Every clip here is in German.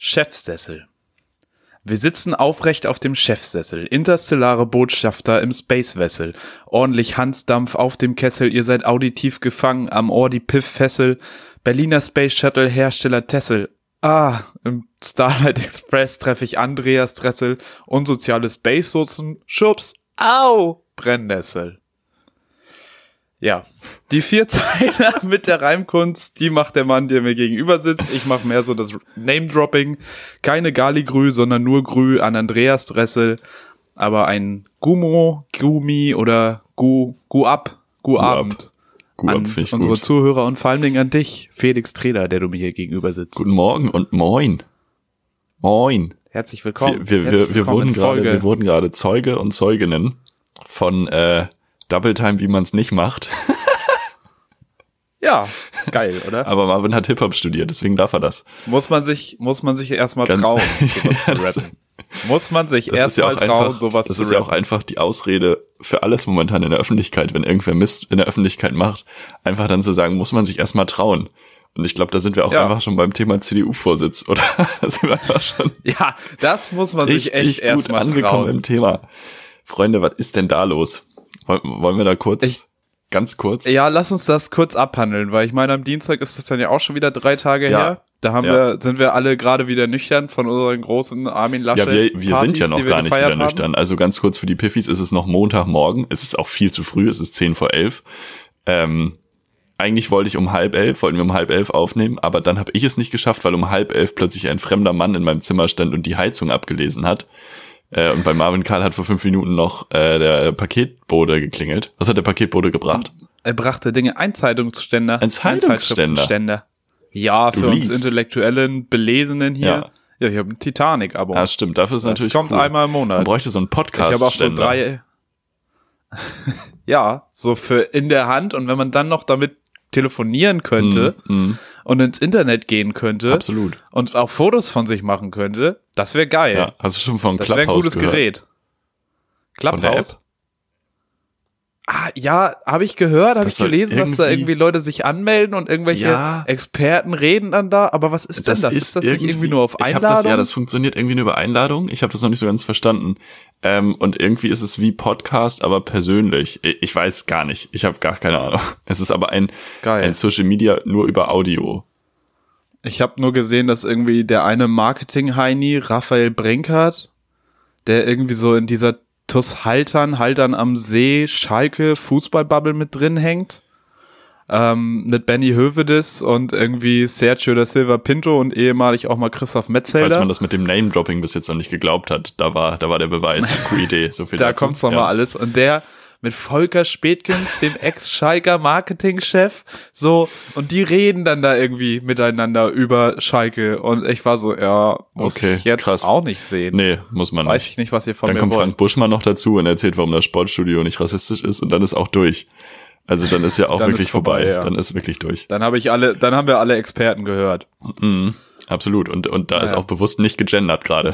Chefsessel. Wir sitzen aufrecht auf dem Chefsessel, interstellare Botschafter im Space-Vessel. Ordentlich Hansdampf auf dem Kessel, ihr seid auditiv gefangen, am Ohr die Piff-Fessel. Berliner Space Shuttle Hersteller Tessel. Im Starlight Express treffe ich Andreas Dressel. Unsoziale Space-Sozen, Schubs, au, Brennnessel. Ja, die 4 Zeiler mit der Reimkunst, die macht der Mann, der mir gegenüber sitzt. Ich mache mehr so das Name-Dropping. Keine Gali-Grü, sondern nur Grü an Andreas Dressel. Aber ein Gumi oder Gu-Abend an unsere gut. Zuhörer und vor allen Dingen an dich, Felix Trehler, der du mir hier gegenüber sitzt. Guten Morgen und moin. Moin. Herzlich willkommen. Wir wurden gerade Zeuge und Zeuginnen von Double Time, wie man es nicht macht. Ja, ist geil, oder? Aber Marvin hat Hip-Hop studiert, deswegen darf er das. Muss man sich erstmal trauen, sowas zu rappen. Muss man sich erstmal trauen, sowas zu rappen. Das ist ja auch einfach die Ausrede für alles momentan in der Öffentlichkeit, wenn irgendwer Mist in der Öffentlichkeit macht, einfach dann zu sagen, muss man sich erstmal trauen. Und ich glaube, da sind wir auch einfach schon beim Thema CDU-Vorsitz, oder? Da sind wir einfach schon. Ja, das muss man sich echt erstmal trauen. Angekommen im Thema. Freunde, was ist denn da los? Wollen wir da ganz kurz? Ja, lass uns das kurz abhandeln, weil ich meine, am Dienstag ist das dann ja auch schon wieder 3 Tage her. Da sind wir alle gerade wieder nüchtern von unseren großen Armin Laschet. Ja, wir sind ja noch gar nicht wieder nüchtern. Also ganz kurz für die Piffis, ist es noch Montagmorgen. Es ist auch viel zu früh, es ist 10:11. Eigentlich wollten wir um 10:30 aufnehmen, aber dann habe ich es nicht geschafft, weil um 10:30 plötzlich ein fremder Mann in meinem Zimmer stand und die Heizung abgelesen hat. Und bei Marvin Karl hat vor 5 Minuten noch der Paketbote geklingelt. Was hat der Paketbote gebracht? Er brachte Dinge, ein Zeitungsständer. Ein Zeitungsständer? Ja, für uns intellektuellen, Belesenen hier. Ja, ich habe ein Titanic-Abo. Ja, stimmt, dafür ist das natürlich kommt cool. Einmal im Monat. Man bräuchte so einen Podcast-Ständer. Ich habe auch so 3... Ja, so für in der Hand. Und wenn man dann noch damit telefonieren könnte und ins Internet gehen könnte. Absolut. Und auch Fotos von sich machen könnte, das wäre geil. Ja, hast du schon von Clubhouse gehört? Das wäre ein gutes Gerät. Clubhouse? Ja, habe ich gehört, habe ich gelesen, dass da irgendwie Leute sich anmelden und irgendwelche Experten reden dann da. Aber was ist denn das? Ist das nicht irgendwie nur auf Einladung? Das funktioniert irgendwie nur über Einladung. Ich habe das noch nicht so ganz verstanden. Und irgendwie ist es wie Podcast, aber persönlich. Ich weiß gar nicht. Ich habe gar keine Ahnung. Es ist aber ein Social Media nur über Audio. Ich habe nur gesehen, dass irgendwie der eine Marketing-Heini, Raphael Brinkert, der irgendwie so in dieser TuS Haltern am See, Schalke, Fußballbubble mit drin hängt. Mit Benny Hövedes und irgendwie Sergio da Silva Pinto und ehemalig auch mal Christoph Metzelder. Falls man das mit dem Name-Dropping bis jetzt noch nicht geglaubt hat, da war der Beweis, die Q-Idee. So viel da dazu. Kommt's nochmal alles. Und der mit Volker Spätkens, dem Ex-Schalker Marketingchef, so, und die reden dann da irgendwie miteinander über Schalke. Und ich war so, muss ich jetzt krass. Auch nicht sehen. Nee, muss man nicht. Weiß ich nicht, was ihr von dann mir wollt. Dann kommt Frank Buschmann noch dazu und erzählt, warum das Sportstudio nicht rassistisch ist, und dann ist auch durch. Also dann ist ja auch wirklich vorbei. Ja. Dann ist wirklich durch. Dann haben wir alle Experten gehört. Mhm, absolut. Und da ist auch bewusst nicht gegendert gerade.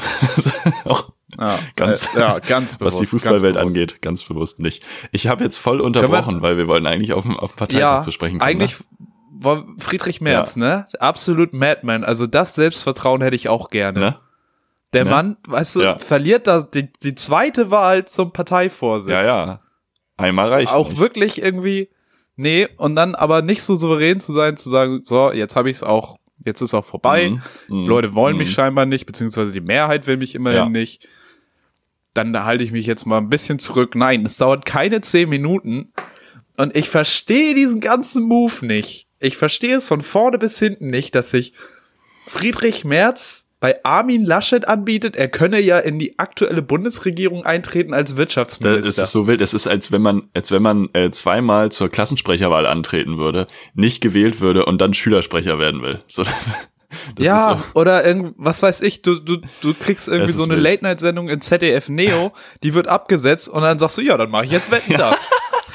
Ganz bewusst. Was die Fußballwelt angeht, ganz bewusst nicht. Ich habe jetzt voll unterbrochen, weil wir wollten eigentlich auf dem Parteitag zu sprechen kommen. Eigentlich war Friedrich Merz, ne? Absolut Madman. Also das Selbstvertrauen hätte ich auch gerne. Ne? Der Mann, weißt du, verliert da die zweite Wahl zum Parteivorsitz. Ja. Einmal reicht auch nicht. Wirklich irgendwie, und dann aber nicht so souverän zu sagen, so, jetzt habe ich es auch, jetzt ist auch vorbei. Leute wollen mich scheinbar nicht, beziehungsweise die Mehrheit will mich immerhin nicht. Dann halte ich mich jetzt mal ein bisschen zurück. Nein, es dauert keine 10 Minuten und ich verstehe diesen ganzen Move nicht. Ich verstehe es von vorne bis hinten nicht, dass sich Friedrich Merz bei Armin Laschet anbietet, er könne ja in die aktuelle Bundesregierung eintreten als Wirtschaftsminister. Das ist so wild, es ist, als wenn man zweimal zur Klassensprecherwahl antreten würde, nicht gewählt würde und dann Schülersprecher werden will. So, das ist so. Oder was weiß ich, du kriegst irgendwie so eine Late-Night-Sendung in ZDF Neo, die wird abgesetzt und dann sagst du, ja, dann mache ich jetzt Wetten, das.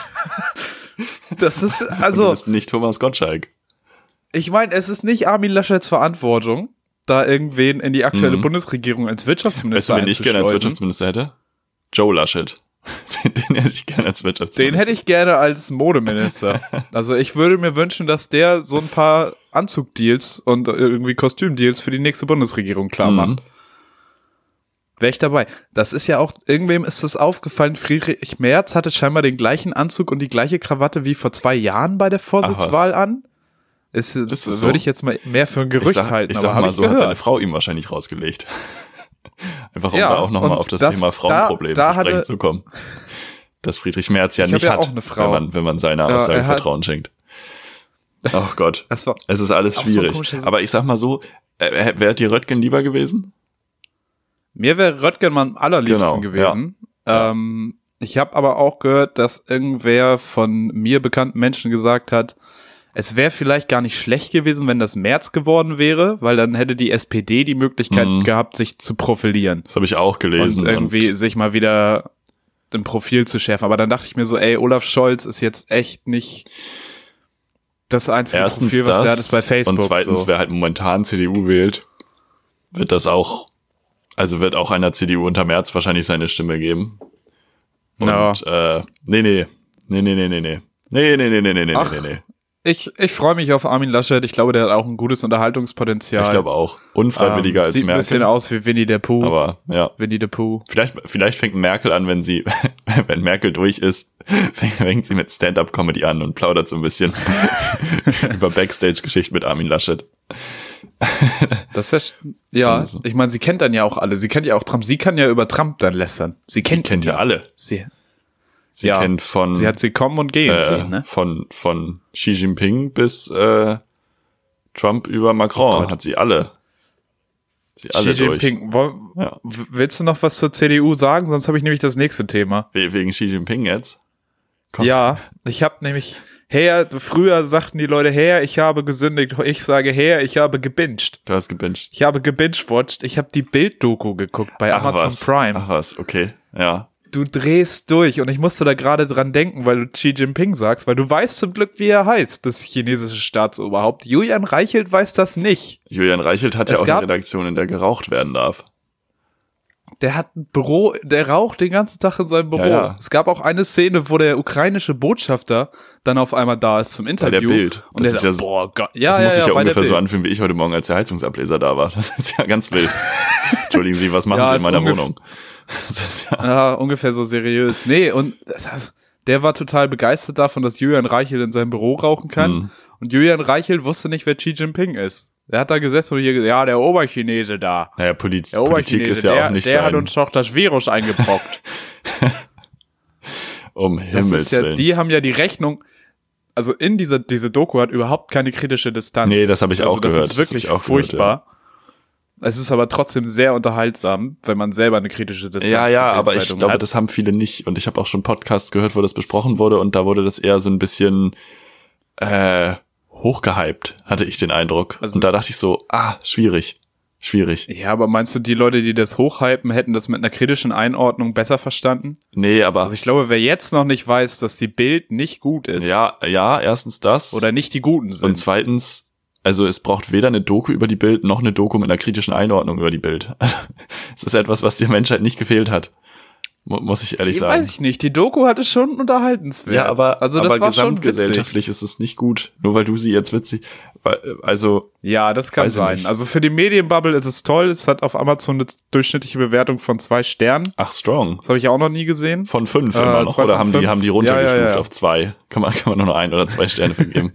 Das ist, also... Und du bist nicht Thomas Gottschalk. Ich meine, es ist nicht Armin Laschets Verantwortung, da irgendwen in die aktuelle Bundesregierung als Wirtschaftsminister einzuschleusen. Weißt du, wen ich gerne als Wirtschaftsminister hätte? Joe Laschet. Den hätte ich gerne als Wirtschaftsminister. Den hätte ich gerne als Modeminister. Also ich würde mir wünschen, dass der so ein paar Anzugdeals und irgendwie Kostümdeals für die nächste Bundesregierung klar macht. Wäre ich dabei. Das ist ja auch, irgendwem ist das aufgefallen, Friedrich Merz hatte scheinbar den gleichen Anzug und die gleiche Krawatte wie vor 2 Jahren bei der Vorsitzwahl an. Das so? Würde ich jetzt mal mehr für ein Gerücht halten. Ich sag aber mal, so hat seine Frau ihm wahrscheinlich rausgelegt. Einfach um da auch nochmal auf das Thema Frauenproblem zu sprechen zu kommen. Dass Friedrich Merz ja nicht hat, wenn man seiner Aussage Vertrauen schenkt. Oh Gott. Es ist alles schwierig. So aber ich sag mal so, wäre dir Röttgen lieber gewesen? Mir wäre Röttgen am allerliebsten gewesen. Ja. Ich habe aber auch gehört, dass irgendwer von mir bekannten Menschen gesagt hat, es wäre vielleicht gar nicht schlecht gewesen, wenn das Merz geworden wäre, weil dann hätte die SPD die Möglichkeit gehabt, sich zu profilieren. Das habe ich auch gelesen. Und irgendwie sich mal wieder ein Profil zu schärfen. Aber dann dachte ich mir so, Olaf Scholz ist jetzt echt nicht das einzige Profil, was er hat, ist bei Facebook. Und zweitens, wer halt momentan CDU wählt, wird auch einer CDU unter Merz wahrscheinlich seine Stimme geben. Und, nee. Ich freue mich auf Armin Laschet. Ich glaube, der hat auch ein gutes Unterhaltungspotenzial. Ich glaube auch. Unfreiwilliger als Merkel. Sieht ein bisschen aus wie Winnie der Pooh. Aber, ja. Winnie the Pooh. Vielleicht fängt Merkel an, wenn Merkel durch ist, fängt sie mit Stand-up-Comedy an und plaudert so ein bisschen über Backstage-Geschichten mit Armin Laschet. Das wäre, ja, ich meine, sie kennt dann ja auch alle. Sie kennt ja auch Trump. Sie kann ja über Trump dann lästern. Sie kennt ja alle. Sie kennt von... Sie hat sie kommen und gehen sehen, ne? Von Xi Jinping bis Trump über Macron hat sie alle. Xi Jinping. Willst du noch was zur CDU sagen? Sonst habe ich nämlich das nächste Thema. Wegen Xi Jinping jetzt? Komm. Ja, ich habe nämlich... früher sagten die Leute, ich habe gesündigt. Ich sage, ich habe gebinged. Du hast gebinged. Ich habe gebinged-watched. Ich habe die Bild-Doku geguckt bei Amazon Prime. Ach was, okay, ja. Du drehst durch und ich musste da gerade dran denken, weil du Xi Jinping sagst, weil du weißt zum Glück, wie er heißt, das chinesische Staatsoberhaupt. Julian Reichelt weiß das nicht. Julian Reichelt hat ja auch eine Redaktion, in der geraucht werden darf. Der hat ein Büro, der raucht den ganzen Tag in seinem Büro. Ja. Es gab auch eine Szene, wo der ukrainische Botschafter dann auf einmal da ist zum Interview. Bei der Bild. Und das der sagt, das muss sich ja ungefähr so anfühlen, wie ich heute Morgen, als der Heizungsableser da war. Das ist ja ganz wild. Entschuldigen Sie, was machen Sie in meiner Wohnung? Das ist ungefähr so seriös. Nee, und der war total begeistert davon, dass Julian Reichelt in seinem Büro rauchen kann. Und Julian Reichelt wusste nicht, wer Xi Jinping ist. Der hat da gesessen und hier gesagt, der Oberchinese da. Naja, Politik ist ja auch nicht der hat uns doch das Virus eingebrockt. Himmels Willen. Die haben ja die Rechnung, also diese Doku hat überhaupt keine kritische Distanz. Nee, das habe ich auch gehört. Das ist wirklich furchtbar. Es ist aber trotzdem sehr unterhaltsam, wenn man selber eine kritische Distanz hat. Ja, aber ich glaube, das haben viele nicht. Und ich habe auch schon Podcasts gehört, wo das besprochen wurde und da wurde das eher so ein bisschen hochgehypt, hatte ich den Eindruck. Also, und da dachte ich so, schwierig. Ja, aber meinst du, die Leute, die das hochhypen, hätten das mit einer kritischen Einordnung besser verstanden? Nee, aber... Also ich glaube, wer jetzt noch nicht weiß, dass die Bild nicht gut ist... Ja, erstens das. Oder nicht die Guten sind. Und zweitens, also es braucht weder eine Doku über die Bild, noch eine Doku mit einer kritischen Einordnung über die Bild. Es ist etwas, was der Menschheit nicht gefehlt hat. Muss ich ehrlich sagen. Weiß ich nicht. Die Doku hatte schon unterhaltenswert. Ja, aber das war gesamtgesellschaftlich schon ist es nicht gut. Nur weil du sie jetzt witzig, ja, das kann sein. Also für die Medienbubble ist es toll. Es hat auf Amazon eine durchschnittliche Bewertung von 2 Sternen. Ach, strong. Das habe ich auch noch nie gesehen. Von 5 immer noch. Oder haben die runtergestuft auf 2? Kann man nur noch 1 oder 2 Sterne vergeben.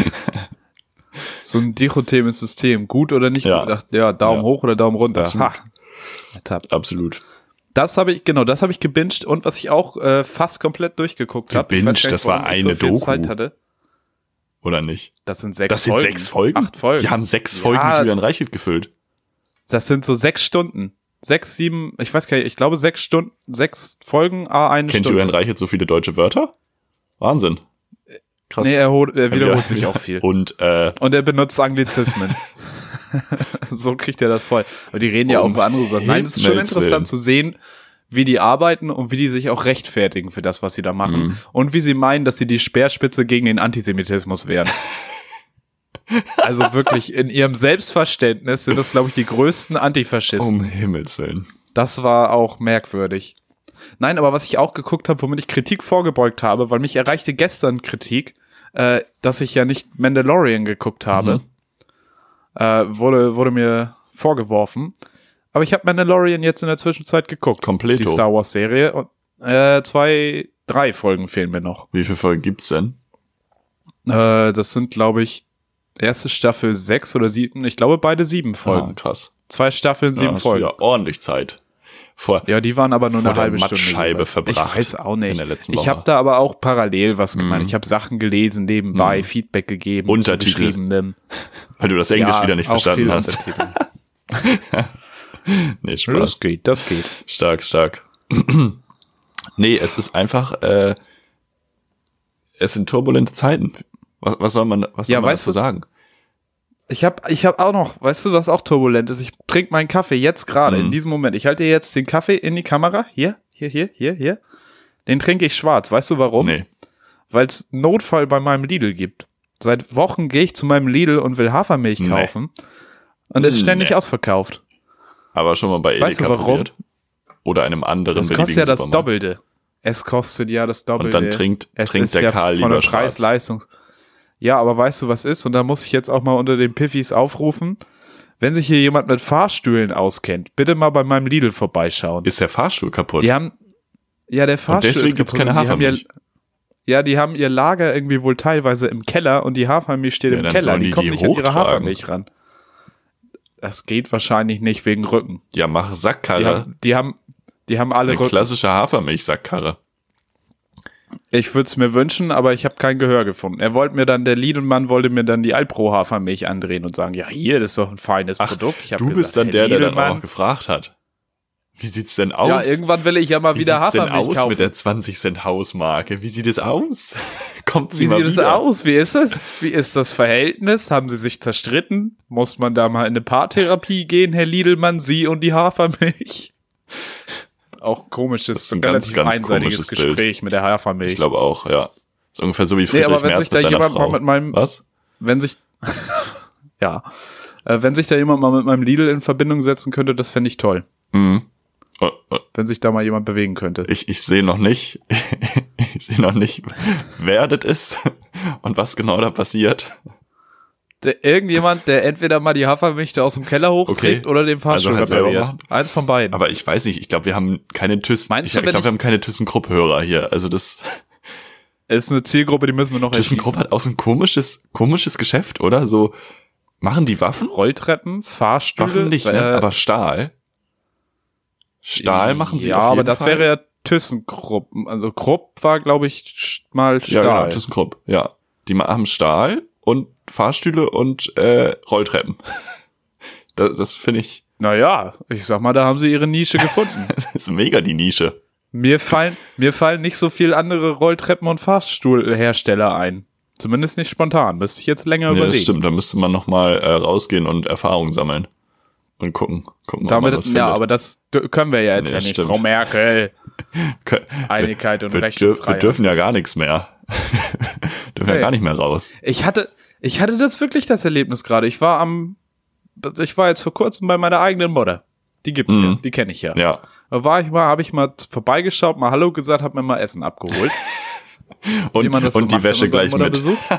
So ein dichotomes System. Gut oder nicht gut? Ja, Daumen hoch oder Daumen runter. Absolut. Das habe ich gebinged und was ich auch fast komplett durchgeguckt habe. Gebinged, das war eine Doku. Zeit hatte. Oder nicht? Das sind 6 Folgen. Das sind 6 Folgen? 8 Folgen. Die haben 6 Folgen mit Julian Reichelt gefüllt. Das sind so 6 Stunden. 6, 7, ich weiß gar nicht, ich glaube 6 Stunden, 6 Folgen, eine Stunde. Kennt Julian Reichelt so viele deutsche Wörter? Wahnsinn. Krass. Nee, er wiederholt sich auch viel. Und er benutzt Anglizismen. So kriegt er das voll. Aber die reden ja auch über andere Sachen. Nein, es ist schon interessant zu sehen, wie die arbeiten und wie die sich auch rechtfertigen für das, was sie da machen. Und wie sie meinen, dass sie die Speerspitze gegen den Antisemitismus wären. Also wirklich, in ihrem Selbstverständnis sind das, glaube ich, die größten Antifaschisten. Himmels Willen. Das war auch merkwürdig. Nein, aber was ich auch geguckt habe, womit ich Kritik vorgebeugt habe, weil mich erreichte gestern Kritik, dass ich ja nicht Mandalorian geguckt habe, wurde mir vorgeworfen. Aber ich habe Mandalorian jetzt in der Zwischenzeit geguckt. Kompleto. Die Star Wars Serie. Und 3 Folgen fehlen mir noch. Wie viele Folgen gibt's denn? Das sind, glaube ich, erste Staffel 6 oder 7. Ich glaube, beide 7 Folgen. Ah, krass. 2 Staffeln, 7 Folgen. Ja, ordentlich Zeit. Ja, die waren aber nur eine halbe Stunde. Matschscheibe verbracht. Ich weiß auch nicht. In der letzten Woche. Ich habe da aber auch parallel was gemacht. Ich habe Sachen gelesen, nebenbei Feedback gegeben. Untertitel. Weil du das Englisch wieder nicht verstanden hast. Nee, Spaß. Das geht. Stark. Nee, es ist einfach, es sind turbulente Zeiten. Was soll man dazu sagen? Ich hab auch noch, weißt du, was auch turbulent ist? Ich trinke meinen Kaffee jetzt gerade, in diesem Moment. Ich halte dir jetzt den Kaffee in die Kamera. Hier. Den trinke ich schwarz. Weißt du warum? Nee. Weil es Notfall bei meinem Lidl gibt. Seit Wochen gehe ich zu meinem Lidl und will Hafermilch kaufen. Und es ist ständig ausverkauft. Aber schon mal bei Edeka probiert? Oder einem anderen beliebigen Supermarkt? Das kostet ja das Doppelte. Es kostet ja das Doppelte. Und dann trinkt der Karl lieber schwarz. Ja, aber weißt du, was ist? Und da muss ich jetzt auch mal unter den Piffis aufrufen. Wenn sich hier jemand mit Fahrstühlen auskennt, bitte mal bei meinem Lidl vorbeischauen. Ist der Fahrstuhl kaputt? Der Fahrstuhl und deswegen ist gibt's kaputt. keine Hafermilch. Die haben ihr Lager irgendwie wohl teilweise im Keller und die Hafermilch steht im Keller. Die kommen nicht an ihre Hafermilch ran. Das geht wahrscheinlich nicht wegen Rücken. Ja, mach Sackkarre. Die haben alle Rücken. Eine klassische Hafermilch-Sackkarre. Ich würde es mir wünschen, aber ich habe kein Gehör gefunden. Der Lidl-Mann wollte mir dann die Alpro-Hafermilch andrehen und sagen, ja, hier, das ist doch ein feines Produkt. Du bist dann der dann auch gefragt hat. Wie sieht's denn aus? Ja, irgendwann will ich ja mal wieder Hafermilch kaufen. Wie sieht's denn aus mit der 20-Cent-Hausmarke? Wie sieht es aus? Wie sieht es aus? Wie ist es? Wie ist das Verhältnis? Haben sie sich zerstritten? Muss man da mal in eine Paartherapie gehen, Herr Lidlmann, Sie und die Hafermilch? Auch komisches, ein ganz einseitiges Gespräch Bild. Mit der Hafermilch. Ich glaube auch, ja. Ist ungefähr so wie Friedrich Merz mit seiner Frau. Wenn sich da jemand mal mit meinem Lidl in Verbindung setzen könnte, das fände ich toll. Wenn sich da mal jemand bewegen könnte. Ich sehe noch nicht, wer das ist und was genau da passiert. Irgendjemand, der entweder mal die Hafermilch da aus dem Keller hochträgt oder den Fahrstuhl repariert. Eins von beiden. Aber ich weiß nicht, ich glaube, wir haben keine wir haben keine ThyssenKrupp-Hörer hier. Also das ist eine Zielgruppe, die müssen wir noch ThyssenKrupp hat auch so ein komisches Geschäft, oder? So, machen die Waffen? Rolltreppen, Fahrstühle. Waffen nicht, ne? Aber Stahl. Stahl machen sie auf jeden Fall. Ja, aber das wäre ja ThyssenKrupp. Also Krupp war, glaube ich, mal Stahl. Ja, genau, ThyssenKrupp, ja. Die haben Stahl und Fahrstühle und Rolltreppen. Das finde ich. Naja, ich sag mal, da haben sie ihre Nische gefunden. Das ist mega die Nische. Mir fallen nicht so viel andere Rolltreppen- und Fahrstuhlhersteller ein. Zumindest nicht spontan. Müsste ich jetzt länger überlegen. Das stimmt, da müsste man noch mal rausgehen und Erfahrung sammeln. Und gucken, ob man was findet. Ja, aber das können wir ja jetzt ja nicht, stimmt. Frau Merkel. Einigkeit und Rechtsfreiheit. Wir dürfen ja gar nichts mehr. Dürfen ja gar nicht mehr raus. Ich hatte das wirklich das Erlebnis gerade. Ich war jetzt vor kurzem bei meiner eigenen Mutter. Die gibt's ja, die kenne ich ja. Ja. Da habe ich mal vorbeigeschaut, mal Hallo gesagt, hab mir mal Essen abgeholt. und die Wäsche gleich mit.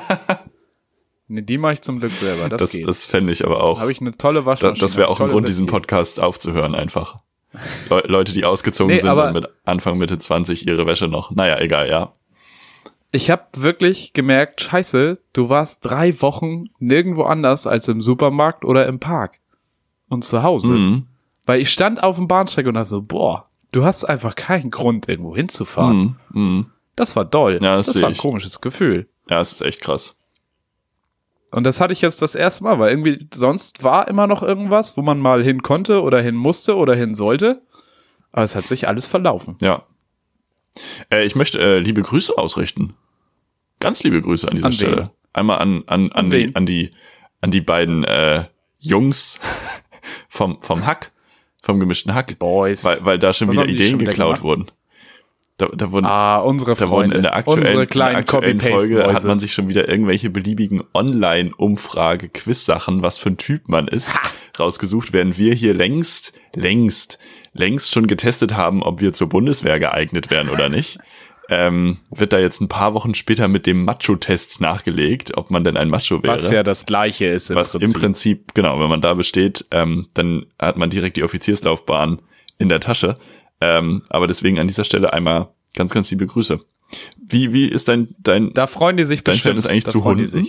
Nee, die mache ich zum Glück selber. Das fände ich aber auch. Habe ich eine tolle Waschmaschine. Das wäre auch ein Grund, diesen Podcast aufzuhören einfach. Leute, die ausgezogen sind und mit Anfang, Mitte 20 ihre Wäsche noch. Naja, egal, ja. Ich habe wirklich gemerkt, scheiße, du warst 3 Wochen nirgendwo anders als im Supermarkt oder im Park. Und zu Hause. Mhm. Weil ich stand auf dem Bahnsteig und dachte so, boah, du hast einfach keinen Grund, irgendwo hinzufahren. Mhm. Das war doll. Ja, das war ein komisches Gefühl. Ja, es ist echt krass. Und das hatte ich jetzt das erste Mal, weil irgendwie sonst war immer noch irgendwas, wo man mal hin konnte oder hin musste oder hin sollte. Aber es hat sich alles verlaufen. Ja. Ich möchte liebe Grüße ausrichten. Ganz liebe Grüße an dieser Stelle. Einmal an die beiden Jungs vom Hack, vom gemischten Hack. Boys. Weil da schon wieder Ideen geklaut wurden. Da wurden, unsere Freunde, in der aktuellen Folge hat man sich schon wieder irgendwelche beliebigen Online-Umfrage-Quiz-Sachen, was für ein Typ man ist, rausgesucht, während wir hier längst längst schon getestet haben, ob wir zur Bundeswehr geeignet wären oder nicht, wird da jetzt ein paar Wochen später mit dem Macho-Test nachgelegt, ob man denn ein Macho wäre. Was ja das Gleiche ist im Prinzip, genau, wenn man da besteht, dann hat man direkt die Offizierslaufbahn in der Tasche. Aber deswegen an dieser Stelle einmal ganz, ganz liebe Grüße. Wie ist dein Da freuen die sich dein bestimmt. Verhältnis eigentlich zu Hunden?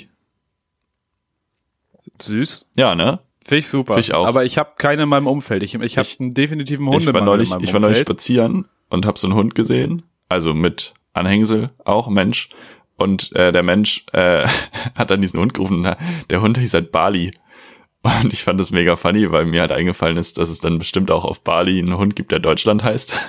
Süß. Ja, ne? Finde ich super. Find ich auch. Aber ich habe keine in meinem Umfeld. Ich habe einen definitiven Hundemangel in meinem Ich war neulich Umfeld. spazieren und habe so einen Hund gesehen, also mit Anhängsel, auch Mensch. Und der Mensch hat dann diesen Hund gerufen. Der Hund hieß halt Bali. Und ich fand das mega funny, weil mir halt eingefallen ist, dass es dann bestimmt auch auf Bali einen Hund gibt, der Deutschland heißt.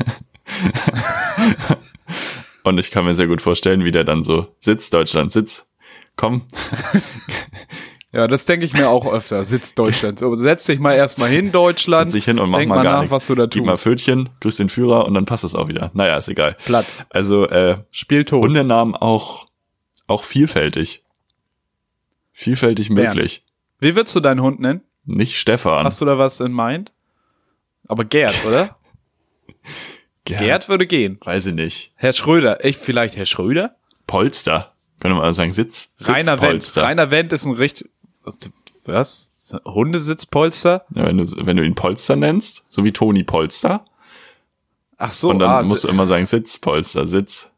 Und ich kann mir sehr gut vorstellen, wie der dann so sitzt, Deutschland, sitz, komm. Ja, das denke ich mir auch öfter. Sitz Deutschland. So, setz dich mal erstmal hin, Deutschland. Setz dich hin und mach denk mal gar nach, nichts. was du da Gib mal tust. Pfötchen, grüß den Führer und dann passt es auch wieder. Naja, ist egal. Platz. Also Spielton. Hundenamen auch vielfältig. Vielfältig Bernd. möglich. Wie würdest du deinen Hund nennen? Nicht Stefan. Hast du da was in mind? Aber Gerd, oder? Gerd würde gehen. Weiß ich nicht. Herr Schröder. Vielleicht Herr Schröder? Polster. Können wir mal sagen, Rainer Wendt. Sitzpolster. Rainer Wendt ist ein richtig... Was? Hundesitzpolster? Ja, wenn du ihn Polster nennst, so wie Toni Polster. Ach so, Und dann musst du immer sagen Sitzpolster, Sitz.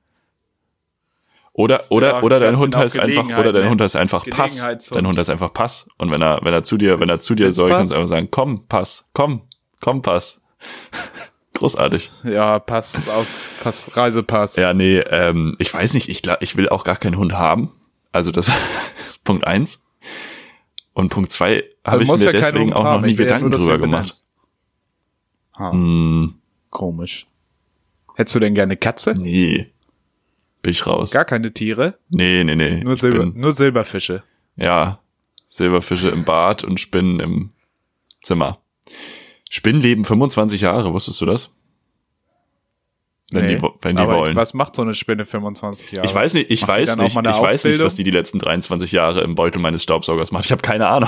Oder Ja, dein kannst Hund ihn auch heißt einfach, Gelegenheit oder dein nennen. Hund heißt einfach Pass. Gelegenheitshund. Dein Hund heißt einfach Pass. Und wenn er zu dir soll, kannst du einfach sagen, komm, Pass, komm, Pass. Großartig. Ja, Reisepass. Ja, nee, ich weiß nicht, ich will auch gar keinen Hund haben. Also das ist Punkt 1. Und Punkt 2 habe ich muss mir ja keinen deswegen Hund auch noch haben. nie Ich will ja Gedanken nur, dass du drüber ihn gemacht. benennst. Komisch. Hättest du denn gerne Katze? Nee. Bin ich raus. Gar keine Tiere? Nee. Nur Silberfische. Ja, Silberfische im Bad und Spinnen im Zimmer. Spinnen leben 25 Jahre, wusstest du das? Wenn die wollen. Was macht so eine Spinne 25 Jahre? Ich weiß nicht, ich weiß nicht, was die letzten 23 Jahre im Beutel meines Staubsaugers macht. Ich habe keine Ahnung.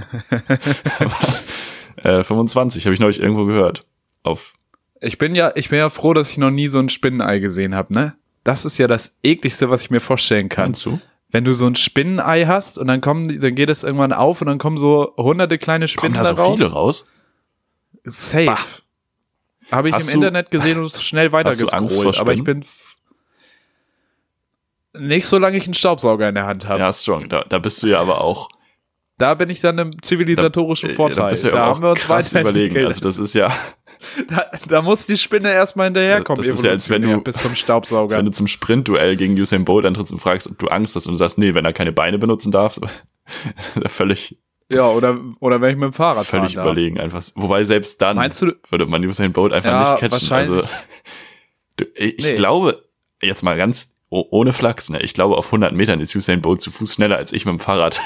25 habe ich neulich irgendwo gehört. Ich bin ja froh, dass ich noch nie so ein Spinnenei gesehen habe, ne? Das ist ja das ekligste, was ich mir vorstellen kann. Meinst du? Wenn du so ein Spinnenei hast und dann geht es irgendwann auf und dann kommen so hunderte kleine Spinnen Kommen da so viele raus? Safe. Bah. Habe ich im Internet gesehen und schnell Hast du Angst vor weitergescrollt. Aber ich Spinnen? bin nicht, solange ich einen Staubsauger in der Hand habe. Ja, strong. Da bist du ja aber auch. Da bin ich dann im zivilisatorischen Vorteil. Da bist du ja da aber haben wir auch uns krass überlegen. weiterentwickelt. Also das ist ja, Da muss die Spinne erstmal hinterherkommen. Das ist ja, als wenn evolutionär, du- bis zum Staubsauger. wenn du zum Sprintduell gegen Usain Bolt antrittst und fragst, ob du Angst hast und du sagst, nee, wenn er keine Beine benutzen darf, so, völlig Ja, oder wenn ich mit dem Fahrrad fahren darf. überlegen einfach. Wobei selbst dann Meinst du- würde man Usain Bolt einfach Ja, nicht catchen. Also wahrscheinlich. ich Nee. glaube, jetzt mal ganz ohne Flachs, ne? Ich glaube, auf 100 Metern ist Usain Bolt zu Fuß schneller als ich mit dem Fahrrad.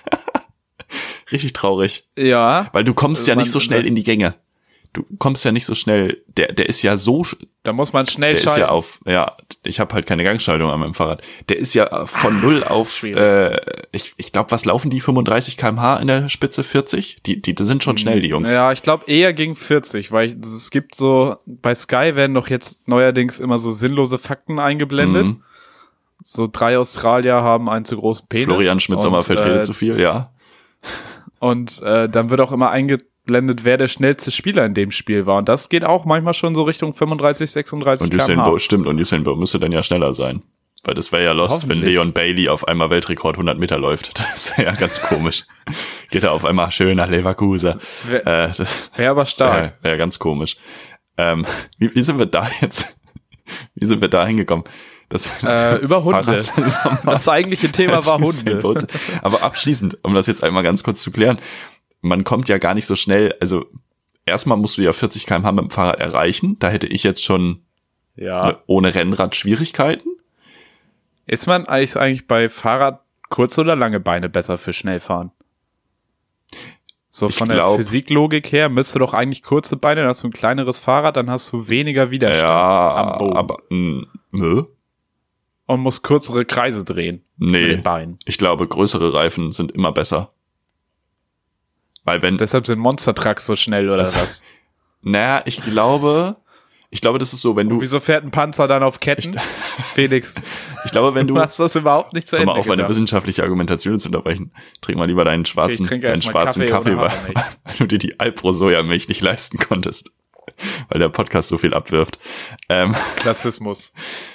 Richtig traurig. Ja, Weil du kommst ja Man- nicht so schnell in die Gänge. Du kommst ja nicht so schnell, der ist ja so, da muss man schnell der ist schalten. ja ich habe halt keine Gangschaltung an meinem Fahrrad. Der ist ja von 0 auf, schwierig. ich glaube, was laufen die 35 km/h in der Spitze 40? Die sind schon schnell, die Jungs. Ja, ich glaube eher gegen 40, weil es gibt so, bei Sky werden doch jetzt neuerdings immer so sinnlose Fakten eingeblendet. Mhm. So 3 Australier haben einen zu großen Penis. Florian Schmidt-Sommerfeld redet zu viel, ja. Und dann wird auch immer eingeblendet, wer der schnellste Spieler in dem Spiel war. Und das geht auch manchmal schon so Richtung 35, 36 Und Usain km/h. Bolt, stimmt, und Usain Bolt müsste dann ja schneller sein. Weil das wäre ja lost, wenn Hoffentlich. Leon Bailey auf einmal Weltrekord 100 Meter läuft. Das wäre ja ganz komisch. Geht er auf einmal schön nach Leverkusen. Wäre Wäre aber stark. wär ganz komisch. Wie sind wir da jetzt? Wie sind wir da hingekommen? Über Hunde. Das eigentliche Thema war Usain Hunde. Bolt. Aber abschließend, um das jetzt einmal ganz kurz zu klären, man kommt ja gar nicht so schnell, also erstmal musst du ja 40 km/h mit dem Fahrrad erreichen. Da hätte ich jetzt schon Ja. ohne Rennrad Schwierigkeiten. Ist man eigentlich bei Fahrrad kurze oder lange Beine besser für Schnellfahren? So Ich von der glaub- Physiklogik her müsste doch eigentlich kurze Beine, dann hast du ein kleineres Fahrrad, dann hast du weniger Widerstand am Boden aber nö. und musst kürzere Kreise drehen mit Nee, den Beinen. ich glaube, größere Reifen sind immer besser. Weil wenn, Deshalb sind Monster Trucks so schnell oder Also- was? Naja, ich glaube, das ist so, wenn du... Wieso fährt ein Panzer dann auf Ketten? Felix, Ich glaube, wenn du... hast das überhaupt nicht zu Um Ende mal auf eine gedacht. wissenschaftliche Argumentation zu unterbrechen, trink mal lieber deinen schwarzen Kaffee, ohne weil Hafermilch. du dir die Alpro-Sojamilch nicht leisten konntest. Weil der Podcast so viel abwirft. Klassismus.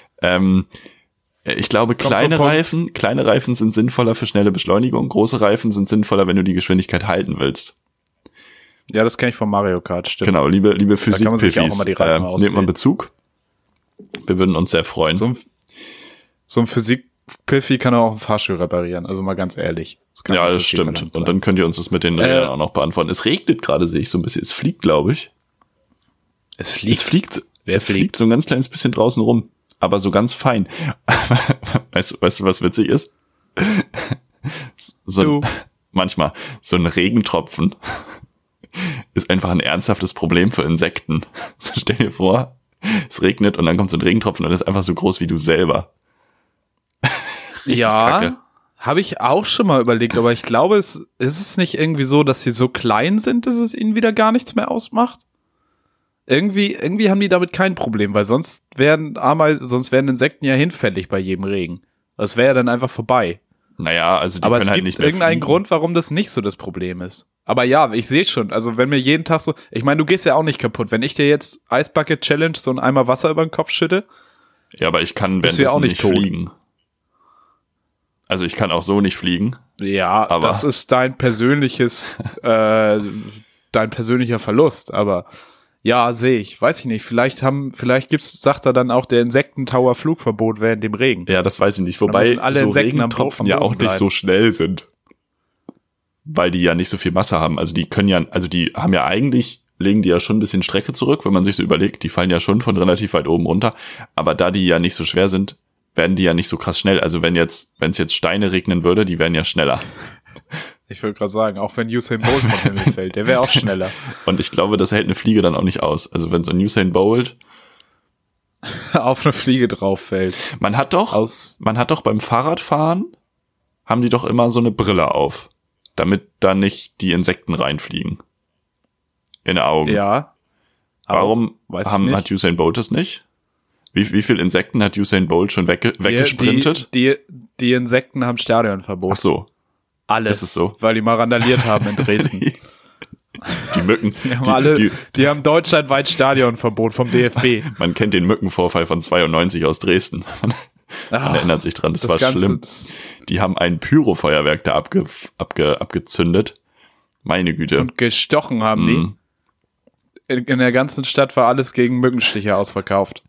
Ich glaube, Kommt kleine zum Punkt. Reifen sind sinnvoller für schnelle Beschleunigung. Große Reifen sind sinnvoller, wenn du die Geschwindigkeit halten willst. Ja, das kenne ich von Mario Kart, stimmt. Genau, liebe kann man sich auch Physik-Piffis, immer die Reifen nehmt auswählen. mal Bezug. Wir würden uns sehr freuen. So ein Physik-Piffi kann auch ein Fahrstuhl reparieren, also mal ganz ehrlich. Kann Ja, nicht das so viel stimmt. verlangt Und sein. dann könnt ihr uns das mit den Rädern auch noch beantworten. Es regnet gerade, sehe ich so ein bisschen. Es fliegt, glaube ich. Es fliegt. Wer Es fliegt so ein ganz kleines bisschen draußen rum. Aber so ganz fein. Weißt du, was witzig ist? Manchmal. So ein Regentropfen ist einfach ein ernsthaftes Problem für Insekten. So stell dir vor, es regnet und dann kommt so ein Regentropfen und ist einfach so groß wie du selber. Richtig kacke. Ja, habe ich auch schon mal überlegt, aber ich glaube, ist es nicht irgendwie so, dass sie so klein sind, dass es ihnen wieder gar nichts mehr ausmacht? Irgendwie haben die damit kein Problem, weil sonst wären Insekten ja hinfällig bei jedem Regen. Das wäre ja dann einfach vorbei. Naja, also die Aber können es halt gibt nicht mehr irgendeinen fliegen. Grund, warum das nicht so das Problem ist. Aber ja, ich sehe schon, also wenn mir jeden Tag so, ich meine, du gehst ja auch nicht kaputt. Wenn ich dir jetzt Eisbucket Challenge so einen Eimer Wasser über den Kopf schütte, Ja, aber ich kann bist du ja währenddessen auch nicht nicht tot. fliegen. Also ich kann auch so nicht fliegen. ja, Aber- das ist dein persönlicher Verlust, aber ja, sehe ich. Weiß ich nicht. Vielleicht sagt er dann auch, der Insektentower Flugverbot während dem Regen. Ja, das weiß ich nicht. Dann Wobei müssen alle so Insekten am Regentropfen Boden ja auch nicht bleiben. so schnell sind. Weil die ja nicht so viel Masse haben. Also die haben ja eigentlich, legen die ja schon ein bisschen Strecke zurück, wenn man sich so überlegt. Die fallen ja schon von relativ weit oben runter. Aber da die ja nicht so schwer sind, werden die ja nicht so krass schnell. Also wenn es jetzt Steine regnen würde, die wären ja schneller. Ich würde gerade sagen, auch wenn Usain Bolt vom Himmel fällt, der wäre auch schneller. Und ich glaube, das hält eine Fliege dann auch nicht aus. Also wenn so ein Usain Bolt, Auf eine Fliege drauf fällt. man hat doch beim Fahrradfahren, haben die doch immer so eine Brille auf, damit da nicht die Insekten reinfliegen. In die Augen. Ja. Warum Weiß ich nicht. hat Usain Bolt das nicht? Wie viel Insekten hat Usain Bolt schon weggesprintet? Die Insekten haben Stadionverbot. Ach so, Alle. ist es so? Weil die mal randaliert haben in Dresden. Die Mücken, Die haben deutschlandweit Stadionverbot vom DFB. man kennt den Mückenvorfall von 92 aus Dresden. Man erinnert sich dran, das war schlimm. Die haben ein Pyrofeuerwerk da abgezündet. Meine Güte. Und gestochen haben die. In der ganzen Stadt war alles gegen Mückenstiche ausverkauft.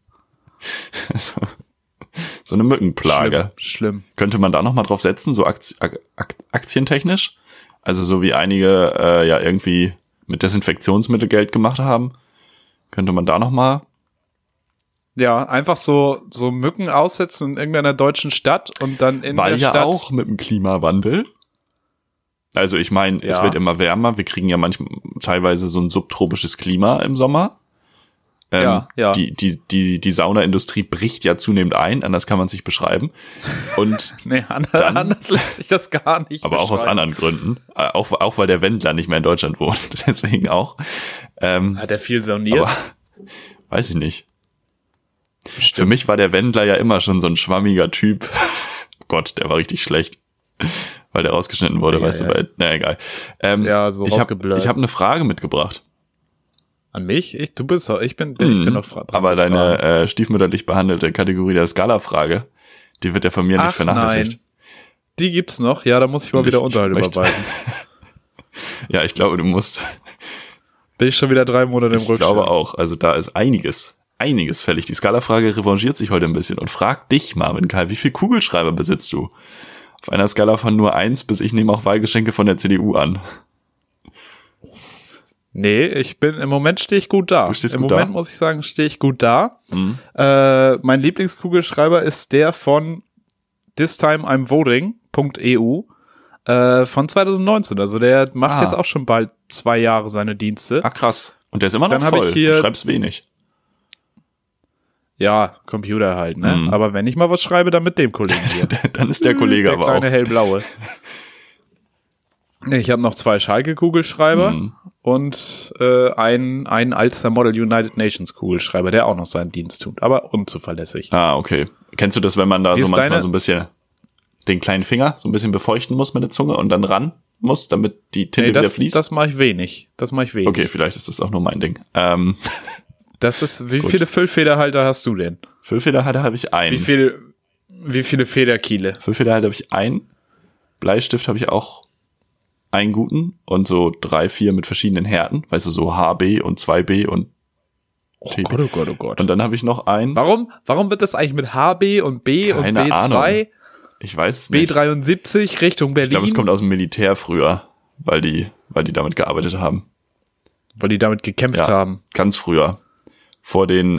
So eine Mückenplage. Schlimm. Könnte man da noch mal drauf setzen, so aktientechnisch? Also so wie einige ja irgendwie mit Desinfektionsmittel Geld gemacht haben. Könnte man da noch mal? Ja, einfach so Mücken aussetzen in irgendeiner deutschen Stadt und dann in Weil der ja Stadt. auch mit dem Klimawandel. Also ich meine, es Ja. wird immer wärmer. Wir kriegen ja manchmal teilweise so ein subtropisches Klima im Sommer. Ja. Die Saunaindustrie bricht ja zunehmend ein, anders kann man es nicht beschreiben. Und Nee, anders lässt sich das gar nicht aber auch aus beschreiben. anderen Gründen. Auch weil der Wendler nicht mehr in Deutschland wohnt. Deswegen auch. Hat er viel sauniert? Aber weiß ich nicht. Für mich war der Wendler ja immer schon so ein schwammiger Typ. Gott, der war richtig schlecht. Weil der rausgeschnitten wurde, Ja, weißt ja. du, na egal. Ja, so ich habe rausgeblurrt. hab eine Frage mitgebracht. An mich? Ich bin noch dran. Aber gefragt. deine stiefmütterlich behandelte Kategorie der Skala-Frage, die wird ja von mir nicht Ach vernachlässigt. nein. Die gibt's noch? Ja, da muss ich mal Und wieder ich Unterhalt möchte- überweisen. Ja, ich glaube, du musst. Bin ich schon wieder 3 Monate im Ich Rückstand. glaube auch. Also da ist einiges fällig. Die Skala-Frage revanchiert sich heute ein bisschen und fragt dich, Marvin Karl, wie viel Kugelschreiber besitzt du? Auf einer Skala von nur 1 bis ich nehme auch Wahlgeschenke von der CDU an. Nee, im Moment stehe ich gut da. Du stehst Im gut Moment da? muss ich sagen, stehe ich gut da. Mhm. Mein Lieblingskugelschreiber ist der von thistimimvoting.eu von 2019. Also der macht jetzt auch schon bald 2 Jahre seine Dienste. Ach krass. Und der ist immer noch Dann hab voll. ich hier- Du schreibst wenig. Ja, Computer halt, ne? Mhm. Aber wenn ich mal was schreibe, dann mit dem Kollegen hier. Dann ist der Kollege Der aber auch. kleine hellblaue. Ich habe noch 2 Schalke-Kugelschreiber und ein Alster Model United Nations Kugelschreiber, der auch noch seinen Dienst tut, aber unzuverlässig. Ah, okay. Kennst du das, wenn man da so manchmal so ein bisschen den kleinen Finger so ein bisschen befeuchten muss mit der Zunge und dann ran muss, damit die Tinte wieder fließt? Das mache ich wenig. Okay, vielleicht ist das auch nur mein Ding. Das ist, wie viele Füllfederhalter hast du denn? Füllfederhalter habe ich einen. Wie viele Federkiele? Füllfederhalter habe ich einen. Bleistift habe ich auch einen guten und so 3, 4 mit verschiedenen Härten. Weißt du, so HB und 2B und TB. Oh Gott, oh Gott. Und dann habe ich noch einen. Warum wird das eigentlich mit HB und B Keine und B2? Ahnung. Ich weiß es nicht. B73 Richtung Berlin? Ich glaube, es kommt aus dem Militär früher, weil die damit gearbeitet haben. Weil die damit gekämpft haben. Ganz früher. Vor den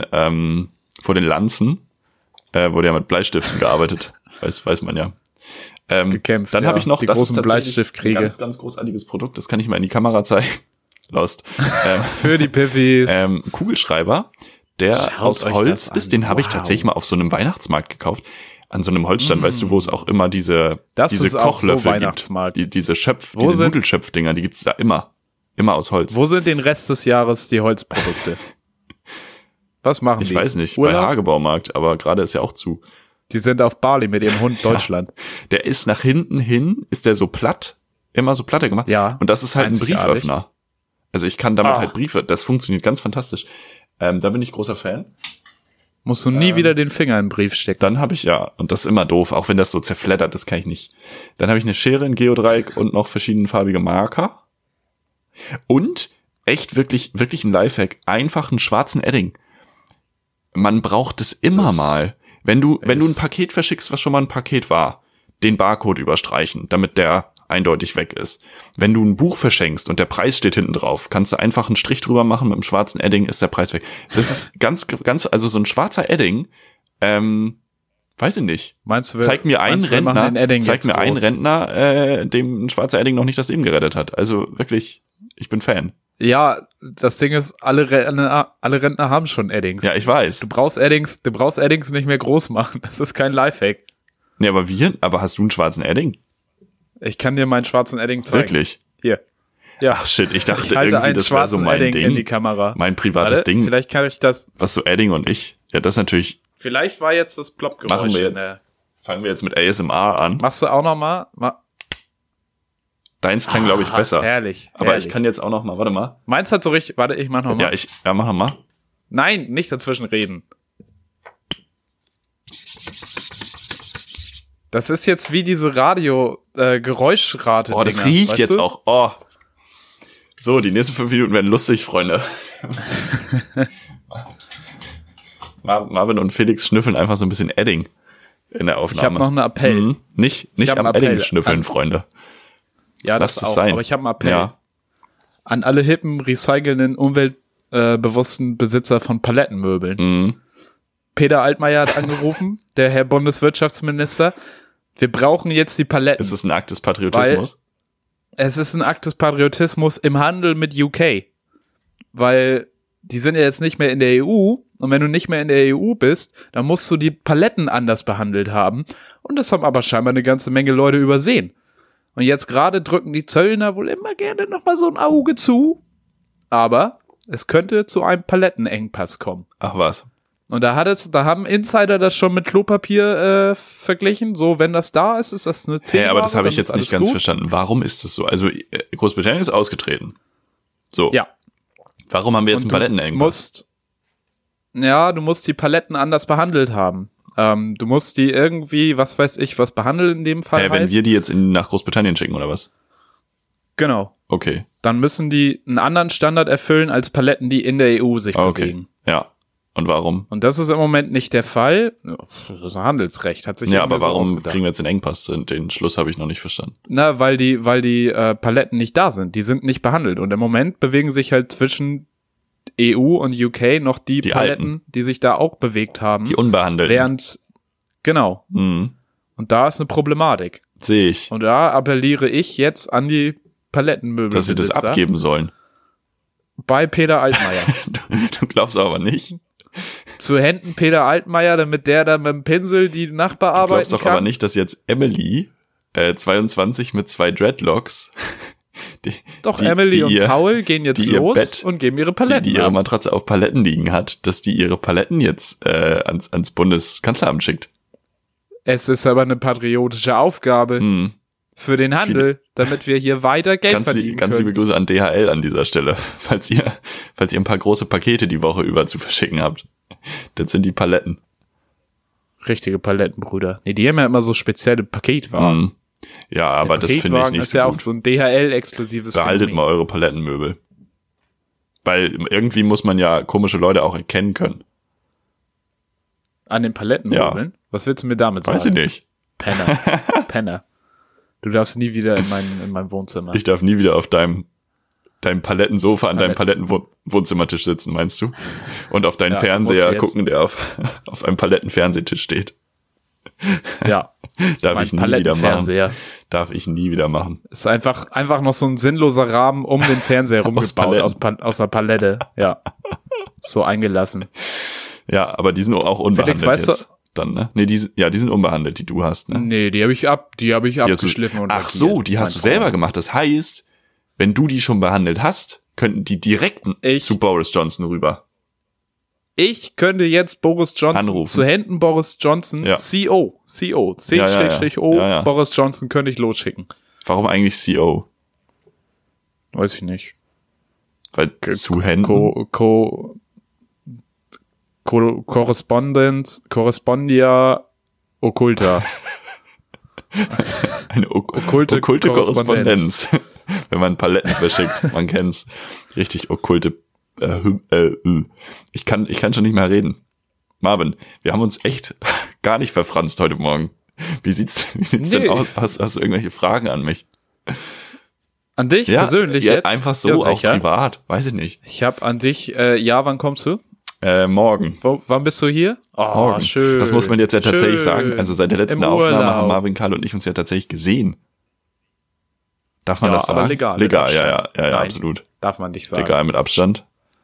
Lanzen wurde ja mit Bleistiften gearbeitet. Weiß man ja. Gekämpft, dann habe ich noch die großen Bleistiftkriege. Ein ganz, ganz großartiges Produkt. Das kann ich mal in die Kamera zeigen. Lost. Für die Piffis. Kugelschreiber, der Schaut aus euch Holz das an. ist. Den habe ich tatsächlich mal auf so einem Weihnachtsmarkt gekauft. An so einem Holzstand, weißt du, wo es auch immer diese Kochlöffel gibt. Diese Nudelschöpfdinger, die gibt's da immer. Immer aus Holz. Wo sind den Rest des Jahres die Holzprodukte? Was machen die? Ich weiß nicht, Urlaub? bei Hagebaumarkt, aber gerade ist ja auch zu. Die sind auf Bali mit ihrem Hund Deutschland. Der ist nach hinten hin, ist der so platt, immer so platter gemacht. Ja. Und das ist halt ein einzigartig. Brieföffner. Also ich kann damit halt Briefe, das funktioniert ganz fantastisch. Da bin ich großer Fan. Musst du nie wieder den Finger in den Brief stecken. Dann habe ich und das ist immer doof, auch wenn das so zerfleddert, das kann ich nicht. Dann habe ich eine Schere in Geodreieck und noch verschiedenfarbige Marker. Und echt wirklich ein Lifehack, einfach einen schwarzen Edding. Man braucht es immer mal. Wenn du ein Paket verschickst, was schon mal ein Paket war, den Barcode überstreichen, damit der eindeutig weg ist. Wenn du ein Buch verschenkst und der Preis steht hinten drauf, kannst du einfach einen Strich drüber machen, mit einem schwarzen Edding ist der Preis weg. Das ist ganz, also so ein schwarzer Edding, weiß ich nicht. Meinst du, zeig mir einen Rentner, dem ein schwarzer Edding noch nicht das Leben gerettet hat. Also wirklich, ich bin Fan. Ja, das Ding ist, alle Rentner haben schon Eddings. Ja, ich weiß. Du brauchst Eddings nicht mehr groß machen. Das ist kein Lifehack. Nee, aber hast du einen schwarzen Edding? Ich kann dir meinen schwarzen Edding zeigen. Wirklich? Hier. Ja. Ach shit, ich dachte halte irgendwie, das wäre so mein Edding Ding. in die Kamera. Mein privates Ding. Vielleicht kann ich das. Was so Edding und ich. Ja, das natürlich. Vielleicht war jetzt das Plopp-Geräusch. Fangen wir jetzt mit ASMR an. Machst du auch noch mal? Deins klang, glaube ich, besser. Herrlich. Aber ich kann jetzt auch noch mal, warte mal. Meins hat so richtig, warte, ich mach noch mal. Ja, mach noch mal. Nein, nicht dazwischen reden. Das ist jetzt wie diese Radio-Geräuschrate. Oh, das riecht jetzt auch. Oh. So, die nächsten 5 Minuten werden lustig, Freunde. Marvin und Felix schnüffeln einfach so ein bisschen Edding in der Aufnahme. Ich habe noch einen Appell. Nicht am Edding schnüffeln, Freunde. Ja, Lass das es auch. sein. Aber ich habe einen Appell. Ja. An alle hippen, recycelnden, umweltbewussten Besitzer von Palettenmöbeln. Mhm. Peter Altmaier hat angerufen, der Herr Bundeswirtschaftsminister. Wir brauchen jetzt die Paletten. Ist es ein Akt des Patriotismus? Es ist ein Akt des Patriotismus im Handel mit UK. Weil die sind ja jetzt nicht mehr in der EU. Und wenn du nicht mehr in der EU bist, dann musst du die Paletten anders behandelt haben. Und das haben aber scheinbar eine ganze Menge Leute übersehen. Und jetzt gerade drücken die Zöllner wohl immer gerne nochmal so ein Auge zu. Aber es könnte zu einem Palettenengpass kommen. Ach was. Und da haben Insider das schon mit Klopapier verglichen. So, wenn das da ist, ist das eine 10. Hey, aber das habe ich jetzt nicht ganz verstanden. Warum ist das so? Also Großbritannien ist ausgetreten. So. Ja. Warum haben wir jetzt einen Palettenengpass? Du musst die Paletten anders behandelt haben. Du musst die irgendwie, was weiß ich, was behandeln in dem Fall wenn wir die jetzt nach Großbritannien schicken, oder was? Genau. Okay. Dann müssen die einen anderen Standard erfüllen als Paletten, die in der EU sich bewegen. Ja. Und warum? Und das ist im Moment nicht der Fall. Das ist ein Handelsrecht, hat sich ja, aber warum ausgedacht. kriegen wir jetzt den Engpass? Den Schluss habe ich noch nicht verstanden. Na, weil die Paletten nicht da sind. Die sind nicht behandelt. Und im Moment bewegen sich halt zwischen EU und UK noch die Paletten, alten, die sich da auch bewegt haben. Die unbehandelten. Genau. Mhm. Und da ist eine Problematik. Sehe ich. Und da appelliere ich jetzt an die Palettenmöbel, dass sie das abgeben sollen. Bei Peter Altmaier. Du glaubst aber nicht. Zu Händen Peter Altmaier, damit der da mit dem Pinsel die Nachbearbeitung kann. Du glaubst doch aber nicht, dass jetzt Emily, 22 mit 2 Dreadlocks, Doch, Emily und Paul gehen jetzt los Bett, und geben ihre Paletten die ihre Matratze auf Paletten liegen hat, dass die ihre Paletten jetzt ans Bundeskanzleramt schickt. Es ist aber eine patriotische Aufgabe für den Handel, damit wir hier weiter Geld verdienen können. Ganz liebe Grüße an DHL an dieser Stelle, falls ihr ein paar große Pakete die Woche über zu verschicken habt. Das sind die Paletten. Richtige Paletten, Bruder. Nee, die haben ja immer so spezielle Paketwagen. Ja, aber das finde ich nicht ist ja auch so ein DHL-exklusives Behaltet mal eure Palettenmöbel. Weil irgendwie muss man ja komische Leute auch erkennen können. An den Palettenmöbeln? Ja. Was willst du mir damit sagen? Weiß ich nicht. Penner. Du darfst nie wieder in mein Wohnzimmer. Ich darf nie wieder auf deinem Palettensofa an deinem Palettenwohnzimmertisch sitzen, meinst du? Und auf deinen Fernseher gucken, der auf einem Palettenfernsehtisch steht. Ja. Darf ich nie wieder machen. Ist einfach noch so ein sinnloser Rahmen um den Fernseher rumgebaut aus einer Palette. Ja. So eingelassen. Ja, aber die sind auch unbehandelt Felix, jetzt. Dann, ne? Nee, die sind unbehandelt, die du hast, ne? Nee, die habe ich abgeschliffen und ach so, die hast du selber gemacht. Das heißt, wenn du die schon behandelt hast, könnten die direkt zu Boris Johnson rüber. Ich könnte jetzt Boris Johnson anrufen. Zu Händen Boris Johnson, CO, C-O, Boris Johnson könnte ich losschicken. Warum eigentlich CO? Weiß ich nicht. Weil zu Händen? Correspondia Occulta. Eine okkulte Korrespondenz. Wenn man Paletten verschickt, man kennt's. Richtig okkulte. Ich kann schon nicht mehr reden. Marvin, wir haben uns echt gar nicht verfranst heute Morgen. Wie sieht's denn aus? Hast du irgendwelche Fragen an mich? An dich persönlich jetzt? Einfach so, auch privat. Weiß ich nicht. Ich habe an dich, wann kommst du? Morgen. Wann bist du hier? Morgen. Schön. Das muss man jetzt ja tatsächlich sagen. Also seit der letzten Aufnahme haben Marvin, Karl und ich uns ja tatsächlich gesehen. Darf man das sagen? Aber legal. Legal, ja, absolut. Darf man nicht sagen. Legal mit Abstand.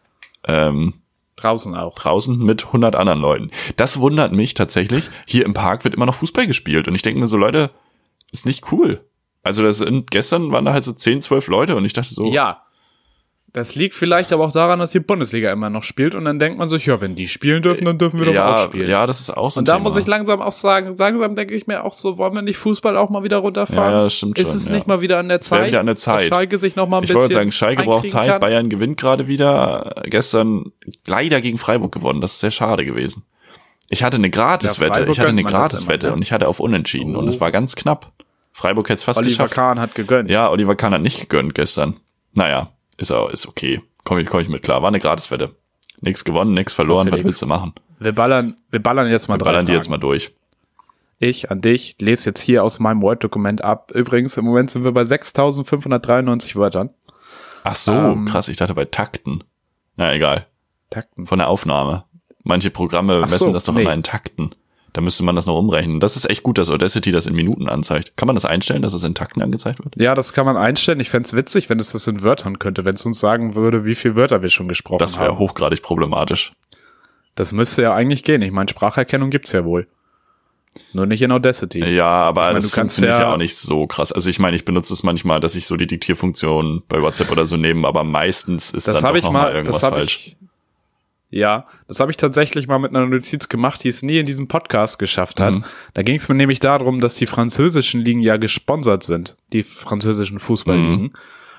Draußen auch. Draußen mit 100 anderen Leuten. Das wundert mich tatsächlich. Hier im Park wird immer noch Fußball gespielt. Und ich denke mir so, Leute, ist nicht cool. Also gestern waren da halt so 10, 12 Leute und ich dachte so. Ja. Das liegt vielleicht aber auch daran, dass die Bundesliga immer noch spielt und dann denkt man sich, ja, wenn die spielen dürfen, dann dürfen wir doch auch spielen. Ja, das ist auch so ein Thema. Und da Thema. muss ich langsam auch sagen, denke ich mir auch so, wollen wir nicht Fußball auch mal wieder runterfahren? Ja, das stimmt schon. Ist es nicht mal wieder an der Zeit? Wieder an der Zeit. Dass Schalke sich noch mal ein bisschen. Ich wollte sagen, Schalke braucht Zeit, kann. Bayern gewinnt gerade wieder. Gestern leider gegen Freiburg gewonnen, das ist sehr schade gewesen. Ich hatte eine Gratiswette, und ich hatte auf Unentschieden und es war ganz knapp. Freiburg hätte es fast geschafft. Oliver Kahn hat gegönnt. Ja, Oliver Kahn hat nicht gegönnt gestern. Naja, ist okay. Komm ich mit klar. War eine Gratiswette. Nix gewonnen, nix verloren. Was willst du machen? Wir ballern jetzt mal die jetzt mal durch. Ich an dich lese jetzt hier aus meinem Word-Dokument ab. Übrigens, im Moment sind wir bei 6.593 Wörtern. Ach so, krass. Ich dachte bei Takten. Na, egal. Takten. Von der Aufnahme. Manche Programme messen das doch immer in Takten. Da müsste man das noch umrechnen. Das ist echt gut, dass Audacity das in Minuten anzeigt. Kann man das einstellen, dass es in Takten angezeigt wird? Ja, das kann man einstellen. Ich fänd's witzig, wenn es das in Wörtern könnte, wenn es uns sagen würde, wie viele Wörter wir schon gesprochen haben. Das wäre hochgradig problematisch. Das müsste ja eigentlich gehen. Ich meine, Spracherkennung gibt's ja wohl. Nur nicht in Audacity. Ja, aber das funktioniert ja auch nicht so krass. Also ich meine, ich benutze es manchmal, dass ich so die Diktierfunktion bei WhatsApp oder so nehme, aber meistens ist dann doch noch mal irgendwas falsch. Ja, das habe ich tatsächlich mal mit einer Notiz gemacht, die es nie in diesem Podcast geschafft hat. Da ging es mir nämlich darum, dass die französischen Ligen ja gesponsert sind, die französischen Fußballligen.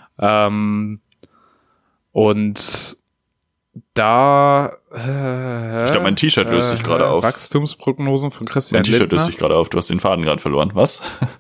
Und da ich glaube, mein T-Shirt löst sich gerade auf. Wachstumsprognosen von Christian Lindner. Mein T-Shirt löst sich gerade auf, du hast den Faden gerade verloren. Was?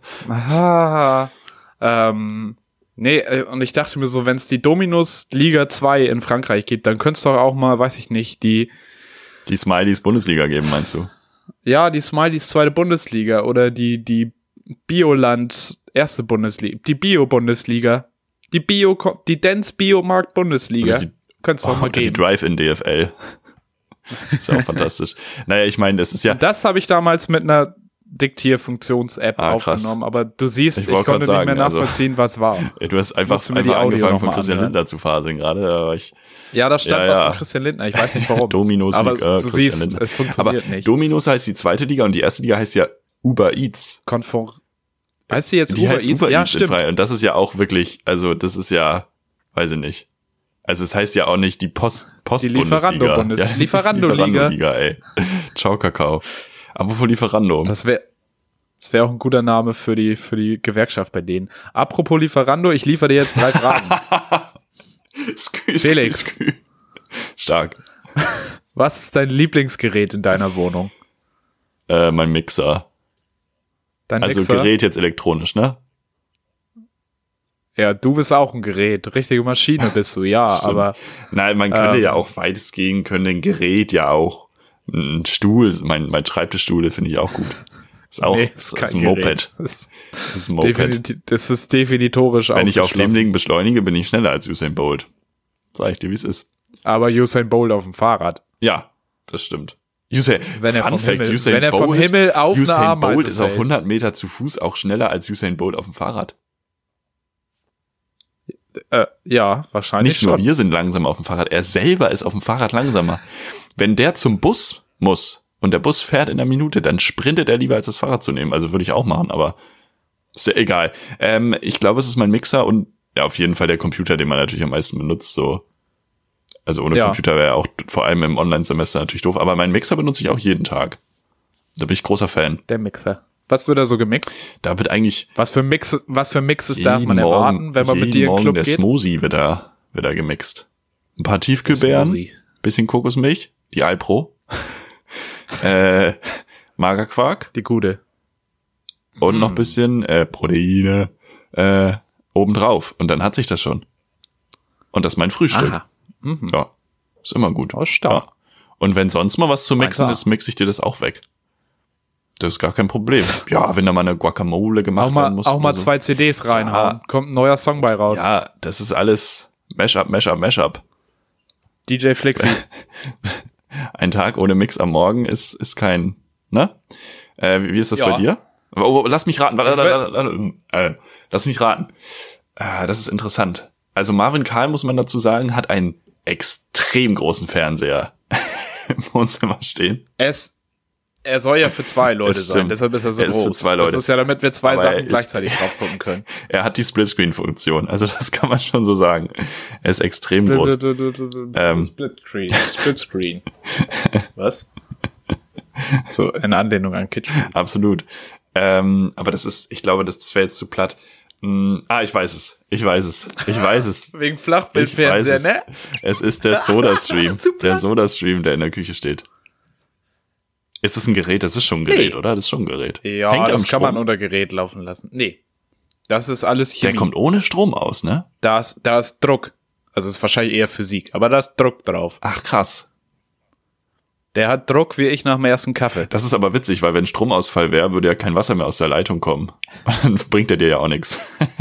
Nee, und ich dachte mir so, wenn es die Dominos Liga 2 in Frankreich gibt, dann könnte es doch auch mal, weiß ich nicht, die Smileys Bundesliga geben, meinst du? Ja, die Smileys zweite Bundesliga oder die Bioland erste Bundesliga, die Bio-Bundesliga, die Dance Biomarkt Bundesliga. Könnte es doch mal geben. Die Drive-In DFL. Ist ja auch fantastisch. Naja, ich meine, das ist ja... Das habe ich damals mit einer Diktierfunktions-App aufgenommen, aber du siehst, ich konnte nicht mehr nachvollziehen, was war. Du hast einfach angefangen von Christian Lindner zu faseln gerade. Ja, da stand was von Christian Lindner, ich weiß nicht warum. Dominos aber Liga, du siehst, es funktioniert nicht. Dominos heißt die zweite Liga und die erste Liga heißt ja Uber Eats. Heißt sie jetzt Die Uber heißt Eats? Uber Ja, Eats in stimmt. Freiheit. Und das ist ja auch wirklich, also das ist ja, weiß ich nicht. Also es heißt ja auch nicht die Lieferando-Bundesliga. Ja, Lieferando-Liga. Lieferando-Liga, ey. Ciao, Kakao. Apropos Lieferando. Das wär auch ein guter Name für die Gewerkschaft bei denen. Apropos Lieferando, ich liefere dir jetzt 3 Fragen. Felix. Stark. Was ist dein Lieblingsgerät in deiner Wohnung? Mein Mixer. Dein Also Mixer? Gerät jetzt elektronisch, ne? Ja, du bist auch ein Gerät. Richtige Maschine bist du, ja, Stimmt. aber Nein, man könnte ja auch weitestgehend, könnte ein Gerät ja auch, ein Stuhl, mein Schreibtischstuhl finde ich auch gut. Ist auch, nee, ist kein ein Gerät. Moped. Das ist ein Moped. Das ist definitorisch Wenn ich auf dem ausgeschlossen. Ding beschleunige, bin ich schneller als Usain Bolt. Sag ich dir, wie es ist. Aber Usain Bolt auf dem Fahrrad. Ja, das stimmt. Usain Bolt Vom Himmel auf eine Usain Ameise Bolt ist auf fällt. 100 Meter zu Fuß auch schneller als Usain Bolt auf dem Fahrrad. Ja, wahrscheinlich Nicht nur schon. wir sind langsam auf dem Fahrrad, er selber ist auf dem Fahrrad langsamer. Wenn der zum Bus muss und der Bus fährt in einer Minute, dann sprintet er lieber als das Fahrrad zu nehmen. Also würde ich auch machen, aber ist ja egal. Ich glaube, es ist mein Mixer und ja, auf jeden Fall der Computer, den man natürlich am meisten benutzt, so. Also ohne Ja. Computer wäre auch vor allem im Online-Semester natürlich doof, aber meinen Mixer benutze ich auch jeden Tag. Da bin ich großer Fan. Der Mixer. Was wird da so gemixt? Da wird eigentlich Was für Mixes darf jeden man erwarten, wenn man mit jeden dir in den Morgen Club der geht? Smoothie wird da gemixt. Ein paar Tiefkühlbeeren, Smoothie. bisschen Kokosmilch, die Alpro, Magerquark Die gute. und noch bisschen Proteine obendrauf. Und dann hat sich das schon. Und das ist mein Frühstück. Aha. Mhm. Ja, ist immer gut. Oh, stark. Ja. Und wenn sonst mal was zu mixen Weiter. ist, mixe ich dir das auch weg. Das ist gar kein Problem. Ja, wenn da mal eine Guacamole gemacht werden muss. Auch mal oder so. 2 CDs reinhauen. Kommt ein neuer Song bei raus. Ja, das ist alles Mashup. DJ Flixi. Ein Tag ohne Mix am Morgen ist kein, ne? Wie ist das Ja. bei dir? Oh, lass mich raten. Lass mich raten. Das ist interessant. Also Marvin Karl, muss man dazu sagen, hat einen extrem großen Fernseher im Wohnzimmer stehen. Er soll ja für 2 Leute Es sein, stimmt. deshalb ist er so Er ist groß. für 2 Leute. Das ist ja, damit wir 2 Aber Sachen er ist- gleichzeitig drauf gucken können. Er hat die Splitscreen-Funktion. Also das kann man schon so sagen. Er ist extrem groß. Splitscreen. Was? So, in Anlehnung an Kitchen. Absolut. Aber das ist, ich glaube, das wäre jetzt zu platt. Ich weiß es. Wegen Ich Flachbildfernseher, weiß es. ne? Es ist der Soda-Stream. Der Soda-Stream, der in der Küche steht. Ist das ein Gerät? Das ist schon ein Gerät, Nee. oder? Das ist schon ein Gerät. Ja, Hängt am das kann man Strom. unter Gerät laufen lassen. Nee. Das ist alles Chemie. Der kommt ohne Strom aus, ne? Da ist Druck. Also ist wahrscheinlich eher Physik, aber da ist Druck drauf. Ach, krass. Der hat Druck wie ich nach dem ersten Kaffee. Das ist aber witzig, weil wenn Stromausfall wäre, würde ja kein Wasser mehr aus der Leitung kommen. Und dann bringt er dir ja auch nichts.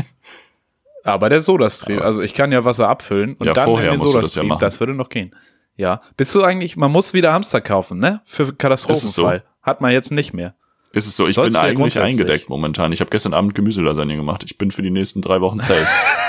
Aber der Sodastream, also ich kann ja Wasser abfüllen und Ja, dann vorher in den musst du das ja Sodastream. machen. Das würde noch gehen. Ja. Bist du eigentlich, man muss wieder Hamster kaufen, ne? Für Katastrophenfall. Ist Hat man jetzt nicht mehr. Ist es so? Ich Sollst bin du ja eigentlich grundsätzlich. eingedeckt momentan. Ich habe gestern Abend Gemüselasagne gemacht. Ich bin für die nächsten 3 Wochen safe.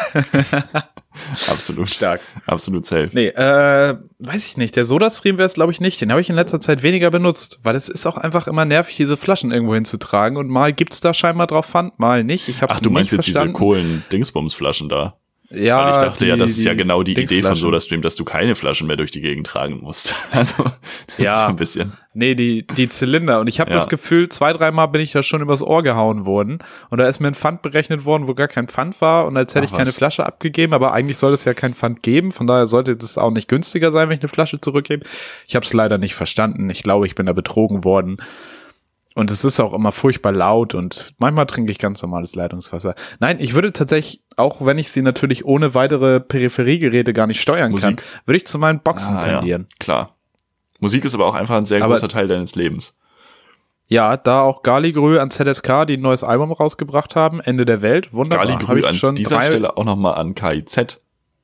Absolut. Stark. Absolut safe. Nee, weiß ich nicht. Der Sodastream wäre es, glaube ich, nicht. Den habe ich in letzter Zeit weniger benutzt, weil es ist auch einfach immer nervig, diese Flaschen irgendwo hinzutragen. Und mal gibt's da scheinbar drauf Pfand, mal nicht. Ich hab's Ach, du meinst nicht jetzt diese verstanden. Kohlen-Dingsbums-Flaschen da? Ja, Weil ich dachte ja, das ist ja die genau die Idee von Dingsflaschen. SodaStream, dass du keine Flaschen mehr durch die Gegend tragen musst. Also, das Ja. ist ein bisschen. Nee, die Zylinder. Und ich habe Ja. das Gefühl, 2-3 Mal bin ich da schon übers Ohr gehauen worden. Und da ist mir ein Pfand berechnet worden, wo gar kein Pfand war. Und als hätte Ach, ich keine was. Flasche abgegeben. Aber eigentlich soll es ja kein Pfand geben. Von daher sollte das auch nicht günstiger sein, wenn ich eine Flasche zurückgebe. Ich habe es leider nicht verstanden. Ich glaube, ich bin da betrogen worden. Und es ist auch immer furchtbar laut und manchmal trinke ich ganz normales Leitungswasser. Nein, ich würde tatsächlich, auch wenn ich sie natürlich ohne weitere Peripheriegeräte gar nicht steuern kann, Musik? würde ich zu meinen Boxen tendieren. Ja, klar. Musik ist aber auch einfach ein sehr Aber- großer Teil deines Lebens. Ja, da auch Galigrö an ZSK, die ein neues Album rausgebracht haben, Ende der Welt, wunderbar. Hab Galigrü ich an schon dieser Stelle auch nochmal an KIZ.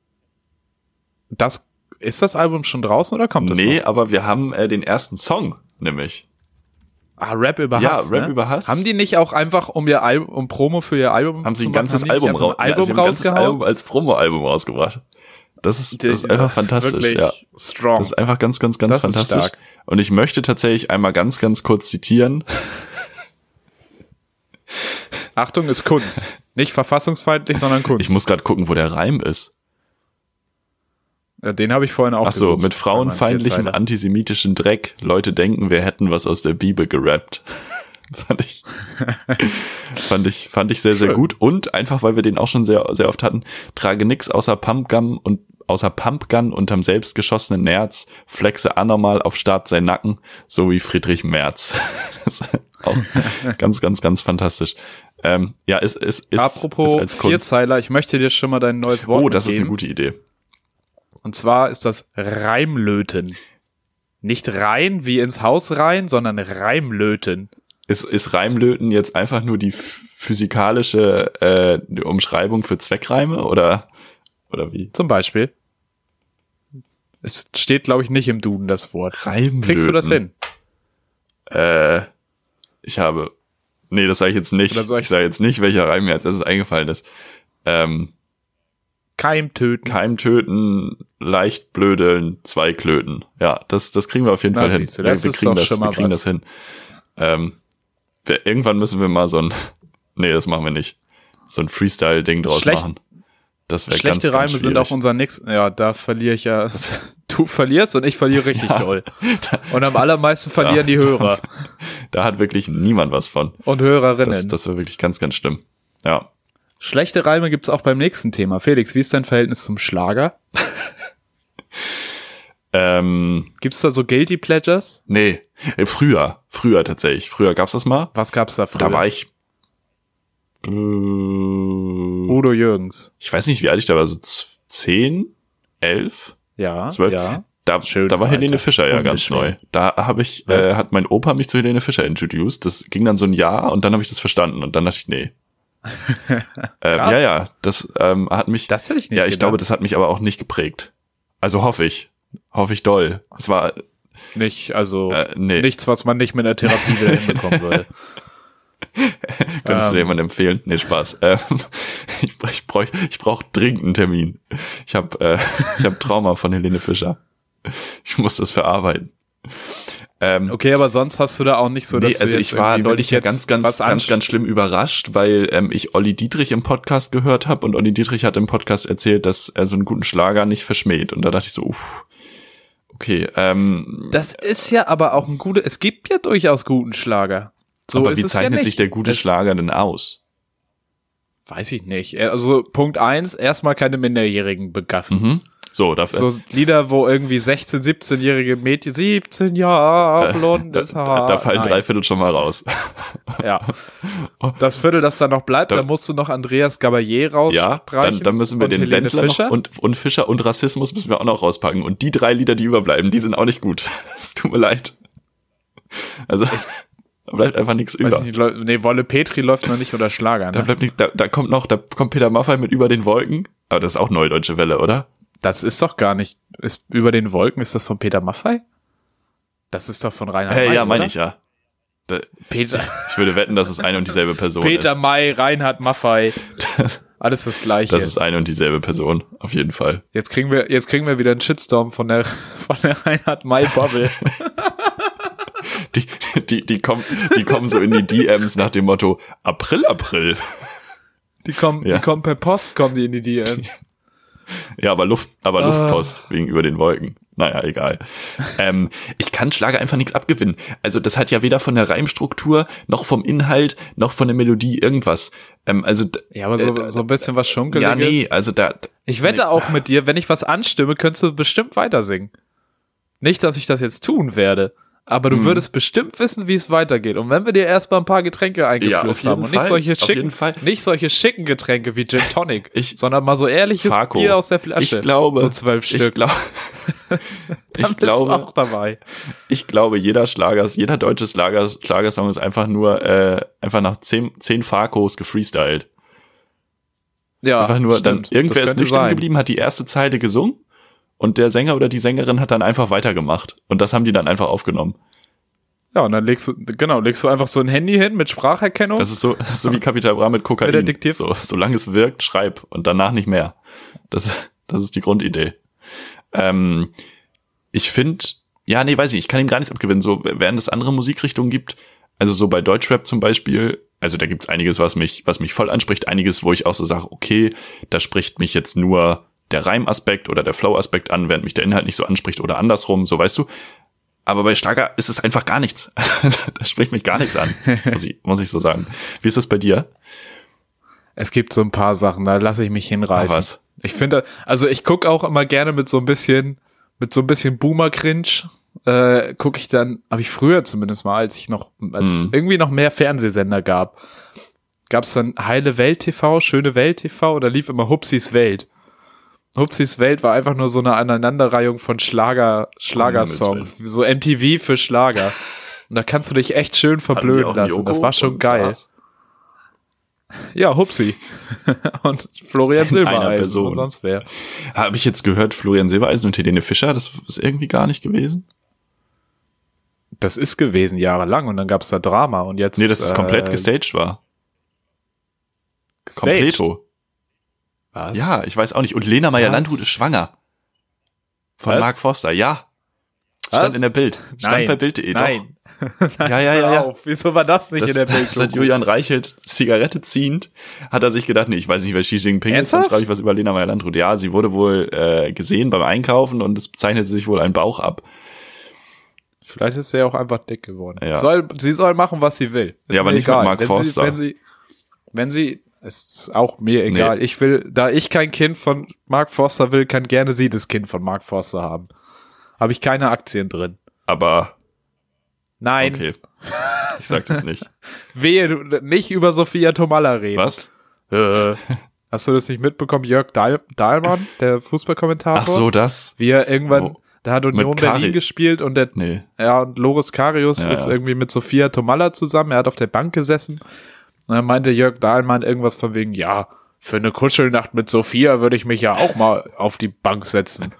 Ist das Album schon draußen oder kommt das Nee, noch? aber wir haben den ersten Song, nämlich. Ah, Rap über Ja, Hass, Rap ne? über Hass. Haben die nicht auch einfach, um Promo für ihr Album Haben sie zu ein machen, ganzes haben die Album, nicht einfach ein Album sie haben ein ganzes rausgehauen? Album als Promo-Album rausgebracht. Das ist einfach fantastisch, wirklich ja. strong. Das ist einfach ganz, ganz, ganz Das ist fantastisch. stark. Und ich möchte tatsächlich einmal ganz, ganz kurz zitieren. Achtung, ist Kunst. Nicht verfassungsfeindlich, sondern Kunst. Ich muss gerade gucken, wo der Reim ist. Ja, den habe ich vorhin auch Ach so, gesucht, mit frauenfeindlichem antisemitischen Dreck. Leute denken, wir hätten was aus der Bibel gerappt. fand ich sehr, sehr gut. Und einfach, weil wir den auch schon sehr, sehr oft hatten, trage nix außer Pumpgun unterm selbstgeschossenen Nerz, flexe anormal auf Start sein Nacken, so wie Friedrich Merz. Das ist auch ganz, ganz, ganz fantastisch. Ja, ist Apropos ist als Kunst. Vierzeiler, ich möchte dir schon mal dein neues Wort Oh, das ist mitgeben. eine gute Idee. Und zwar ist das Reimlöten. Nicht rein wie ins Haus rein, sondern Reimlöten. Ist Reimlöten jetzt einfach nur die physikalische Umschreibung für Zweckreime oder wie? Zum Beispiel. Es steht, glaube ich, nicht im Duden, das Wort. Reimlöten. Kriegst du das hin? Nee, das sage ich jetzt nicht. Ich sage jetzt nicht, welcher Reim mir als erstes eingefallen ist. Keimtöten, leicht blödeln, Zweiklöten. Ja, das kriegen wir auf jeden Fall hin. Wir kriegen das hin. Irgendwann müssen wir mal das machen wir nicht. So ein Freestyle-Ding draus machen. Das wäre ganz, schlechte ganz Reime sind auch unser nächstes. Ja, da verliere ich ja. Du verlierst und ich verliere richtig doll. Und am allermeisten verlieren die Hörer. Da hat wirklich niemand was von. Und Hörerinnen. Das war wirklich ganz, ganz schlimm. Ja. Schlechte Reime gibt's auch beim nächsten Thema. Felix, wie ist dein Verhältnis zum Schlager? Gibt's da so Guilty Pleasures? Nee, früher tatsächlich. Früher gab's das mal. Was gab's da früher? Da war ich Udo Jürgens. Ich weiß nicht, wie alt ich da war, so 10, 11, ja, 12. Ja. Da war Helene Fischer ja ganz neu. Da hat mein Opa mich zu Helene Fischer introduced. Das ging dann so ein Jahr und dann habe ich das verstanden und dann dachte ich, nee. Das hat mich. Das hätte ich nicht. Ja, ich glaube, das hat mich aber auch nicht geprägt. Also hoffe ich doll. Es war nicht, nichts, was man nicht mit einer Therapie wieder hinbekommen würde. Könntest du dir jemandem empfehlen? Nee, Spaß. Ich brauch dringend einen Termin. Ich hab Trauma von Helene Fischer. Ich muss das verarbeiten. Okay, aber sonst hast du da auch nicht so, dass ich war neulich ja ganz schlimm überrascht, weil ich Olli Dietrich im Podcast gehört habe und Olli Dietrich hat im Podcast erzählt, dass er so einen guten Schlager nicht verschmäht. Und da dachte ich so, okay. Das ist ja aber auch es gibt ja durchaus guten Schlager. So aber wie zeichnet sich der gute Schlager denn aus? Weiß ich nicht. Also Punkt 1, erstmal keine Minderjährigen begaffen. Mhm. So Lieder, wo irgendwie 16-, 17-jährige Mädchen, 17 Jahre, blondes Haar. Da fallen 3/4 schon mal raus. Ja. Das Viertel, das da noch bleibt, da musst du noch Andreas Gabalier rausstreichen. Ja, dann müssen wir den Helene Wendler Fischer. noch und Fischer und Rassismus müssen wir auch noch rauspacken. Und die 3 Lieder, die überbleiben, die sind auch nicht gut. Es tut mir leid. Also, da bleibt einfach nichts über. Nee, Wolle Petri läuft noch nicht unter Schlager. Ne? Da bleibt nichts, da kommt Peter Maffay mit Über den Wolken. Aber das ist auch Neue Deutsche Welle, oder? Das ist doch gar nicht. Ist Über den Wolken, ist das von Peter Maffay? Das ist doch von Reinhard May. Ja, meine ich ja. Peter. Ich würde wetten, dass es eine und dieselbe Person Peter ist. May, Reinhard Maffay. Alles das Gleiche. Das ist eine und dieselbe Person, auf jeden Fall. Jetzt kriegen wir wieder einen Shitstorm von der Reinhard May Bubble. Die kommen so in die DMs nach dem Motto April. Die kommen per Post, kommen die in die DMs. Ja, aber Luftpost wegen Über den Wolken. Naja, egal. Ich kann Schlager einfach nichts abgewinnen. Also das hat ja weder von der Reimstruktur, noch vom Inhalt, noch von der Melodie irgendwas. Aber so ein bisschen was Schunkeliges. Ja, nee, also ich wette auch mit dir, wenn ich was anstimme, könntest du bestimmt weiter singen. Nicht, dass ich das jetzt tun werde. Aber du würdest bestimmt wissen, wie es weitergeht. Und wenn wir dir erstmal ein paar Getränke eingeflößt haben und nicht solche schicken Getränke wie Gin Tonic, sondern mal so ehrliches Bier aus der Flasche. Ich glaube, so 12 Stück. Ich glaube auch dabei. Ich glaube, jeder deutsche Schlagersong ist einfach nur einfach nach 10 Farkos gefreestylt. Ja, einfach nur stimmt. Dann irgendwer ist nüchtern geblieben, hat die erste Zeile gesungen. Und der Sänger oder die Sängerin hat dann einfach weitergemacht. Und das haben die dann einfach aufgenommen. Ja, und dann legst du einfach so ein Handy hin mit Spracherkennung. Das ist so wie Capital Bra mit Kokain. Solange es wirkt, schreib. Und danach nicht mehr. Das ist die Grundidee. Ich finde, weiß ich kann ihm gar nichts abgewinnen. So, während es andere Musikrichtungen gibt, also so bei Deutschrap zum Beispiel, also da gibt's einiges, was mich voll anspricht, einiges, wo ich auch so sage, okay, da spricht mich jetzt nur der Reimaspekt oder der Flow-Aspekt an, während mich der Inhalt nicht so anspricht oder andersrum, so weißt du. Aber bei Schlager ist es einfach gar nichts. Da spricht mich gar nichts an, muss ich so sagen. Wie ist das bei dir? Es gibt so ein paar Sachen, da lasse ich mich hinreißen. Ach, was? Ich finde, also ich gucke auch immer gerne mit so ein bisschen Boomer-Cringe, gucke ich dann, habe ich früher zumindest mal, als es irgendwie noch mehr Fernsehsender gab es dann Heile Welt TV, Schöne Welt TV oder lief immer Hupsis Welt. Hupsis Welt war einfach nur so eine Aneinanderreihung von Schlagersongs, so MTV für Schlager. Und da kannst du dich echt schön verblöden lassen. Das war schon geil. Ja, Hupsi. Und Florian Silbereisen und sonst wer. Habe ich jetzt gehört, Florian Silbereisen und Helene Fischer, das ist irgendwie gar nicht gewesen? Das ist gewesen, jahrelang. Und dann gab's da Drama. Und jetzt. Nee, dass es komplett gestaged war. Gestaged? Kompleto. Was? Ja, ich weiß auch nicht. Und Lena Meyer-Landrut ist schwanger. Von Mark Forster, ja. Stand in der Bild. Stand bei Bild.de, doch. Nein. Ja. Auf. Wieso war das nicht in der Bild? Seit Julian Reichelt Zigarette ziehend, hat er sich gedacht, nee, ich weiß nicht, wer Xi Jinping ist, dann schreibe ich was über Lena Meyer-Landrut. Ja, sie wurde wohl gesehen beim Einkaufen und es bezeichnet sich wohl einen Bauch ab. Vielleicht ist sie ja auch einfach dick geworden. Ja. Sie soll machen, was sie will. Ist ja, aber nicht egal. Mit Mark Forster. Wenn sie, ist auch mir egal. Nee. Da ich kein Kind von Mark Forster will, kann gerne sie das Kind von Mark Forster haben. Habe ich keine Aktien drin. Aber nein. Okay. Ich sag das nicht. Wehe, du nicht über Sophia Tomalla reden. Was? Hast du das nicht mitbekommen? Jörg Dahlmann, der Fußballkommentator? Ach so, das? Wie er irgendwann, da hat Union Berlin gespielt und und Loris Karius ist irgendwie mit Sophia Tomalla zusammen. Er hat auf der Bank gesessen. Und dann meinte Jörg Dahlmann irgendwas von wegen, ja, für eine Kuschelnacht mit Sophia würde ich mich ja auch mal auf die Bank setzen.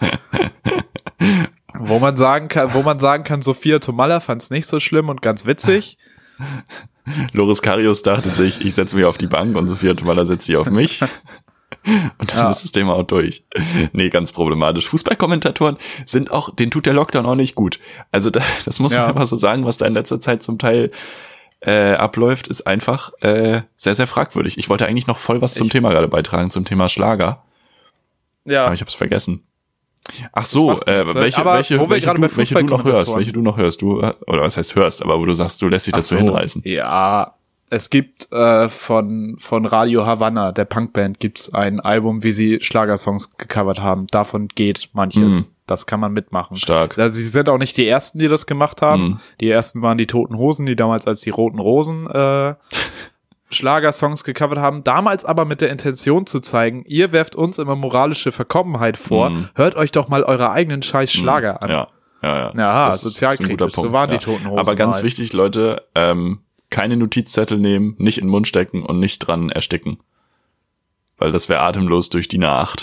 Wo man sagen kann, Sophia Tomalla fand es nicht so schlimm und ganz witzig. Loris Karius dachte sich, ich setze mich auf die Bank und Sophia Tomalla setzt sich auf mich. Und dann ist das Thema auch durch. Nee, ganz problematisch. Fußballkommentatoren sind auch, denen tut der Lockdown auch nicht gut. Also das muss man einfach so sagen, was da in letzter Zeit zum Teil abläuft, ist einfach sehr, sehr fragwürdig. Ich wollte eigentlich noch voll was zum Thema gerade beitragen, zum Thema Schlager. Ja. Aber ich hab's vergessen. Ach so, welche du noch hörst, oder was heißt hörst, aber wo du sagst, du lässt dich dazu hinreißen. Ja, es gibt von Radio Havanna, der Punkband, gibt's ein Album, wie sie Schlagersongs gecovert haben. Davon geht manches. Das kann man mitmachen. Stark. Also, sie sind auch nicht die Ersten, die das gemacht haben. Die Ersten waren die Toten Hosen, die damals als die Roten Rosen Schlagersongs gecovert haben, damals aber mit der Intention zu zeigen, ihr werft uns immer moralische Verkommenheit vor, hört euch doch mal eure eigenen scheiß Schlager an. Ja, sozialkritisch, so waren die Toten Hosen. Aber ganz wichtig, Leute, keine Notizzettel nehmen, nicht in den Mund stecken und nicht dran ersticken. Weil das wäre atemlos durch DIN A8.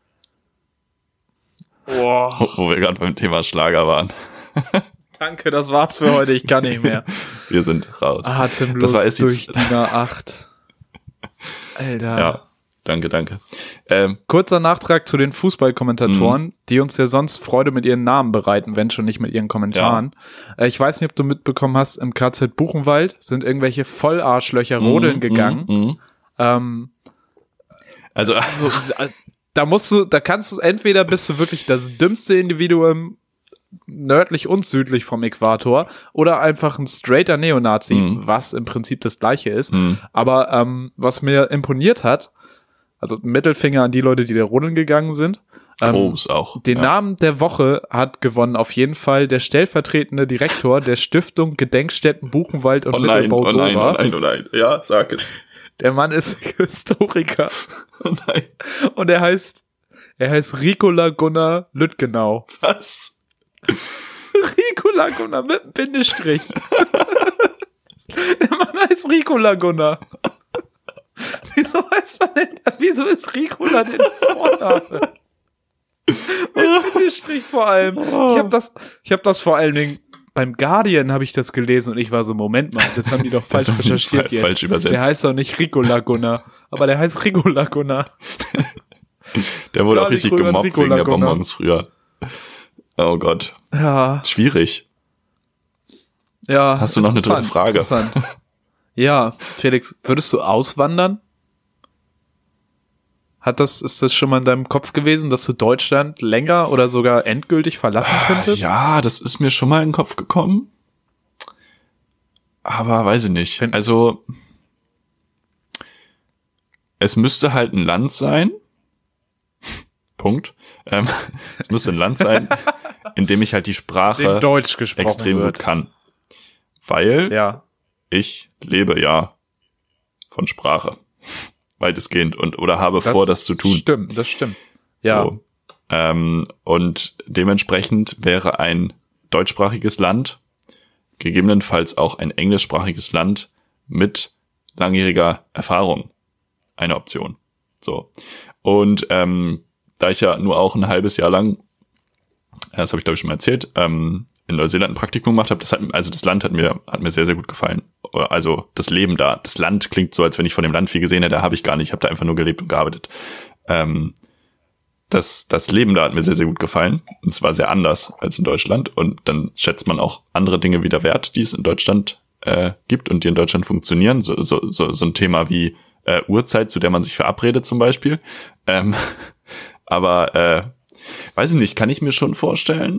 Wo wir gerade beim Thema Schlager waren. Danke, das war's für heute, ich kann nicht mehr. Wir sind raus. Atemlos das war erst durch DIN A8. Alter. Ja, danke. Kurzer Nachtrag zu den Fußballkommentatoren, die uns ja sonst Freude mit ihren Namen bereiten, wenn schon nicht mit ihren Kommentaren. Ja. Ich weiß nicht, ob du mitbekommen hast, im KZ Buchenwald sind irgendwelche Vollarschlöcher rodeln gegangen. Also da kannst du, entweder bist du wirklich das dümmste Individuum nördlich und südlich vom Äquator oder einfach ein straighter Neonazi, was im Prinzip das Gleiche ist. Aber was mir imponiert hat, also Mittelfinger an die Leute, die da rodeln gegangen sind. Groß auch. Den Namen der Woche hat gewonnen auf jeden Fall der stellvertretende Direktor der Stiftung Gedenkstätten Buchenwald und Mittelbau-Dora. Oh nein. Ja, sag es. Der Mann ist Historiker. Oh nein. Und er heißt Ricola Gunnar Lüttgenau. Was? Ricola Gunnar mit einem Bindestrich. Der Mann heißt Ricola Gunnar. Wieso ist Ricola denn Vorname? Mit Bindestrich vor allem. Ich hab das vor allen Dingen beim Guardian habe ich das gelesen und ich war so, Moment mal, das haben die doch falsch recherchiert jetzt. Falsch übersetzt. Der heißt doch nicht Ricola Gunnar, aber der heißt Ricola Gunnar. Der wurde auch richtig gemobbt wegen der Bonbons früher. Oh Gott. Ja. Schwierig. Ja. Hast du noch eine dritte Frage? Ja, Felix, würdest du auswandern? Ist das schon mal in deinem Kopf gewesen, dass du Deutschland länger oder sogar endgültig verlassen könntest? Ja, das ist mir schon mal in den Kopf gekommen. Aber weiß ich nicht. Also, es müsste halt ein Land sein. Punkt. Es müsste ein Land sein, in dem ich halt die Sprache Deutsch gesprochen extrem wird. gut kann. Weil Ja. ich lebe ja von Sprache. Weitestgehend oder habe vor, das zu tun. Das stimmt. Ja. So. Und dementsprechend wäre ein deutschsprachiges Land, gegebenenfalls auch ein englischsprachiges Land mit langjähriger Erfahrung eine Option. So. Und da ich ja nur auch ein halbes Jahr lang, das habe ich glaube ich schon mal erzählt, in Neuseeland ein Praktikum gemacht habe, das Land hat mir sehr, sehr gut gefallen. Also das Leben da, das Land klingt so, als wenn ich von dem Land viel gesehen hätte, habe ich gar nicht, ich habe da einfach nur gelebt und gearbeitet. Das Leben da hat mir sehr, sehr gut gefallen. Und es war sehr anders als in Deutschland. Und dann schätzt man auch andere Dinge wieder wert, die es in Deutschland gibt und die in Deutschland funktionieren. So ein Thema wie Uhrzeit, zu der man sich verabredet zum Beispiel. Aber weiß ich nicht, kann ich mir schon vorstellen.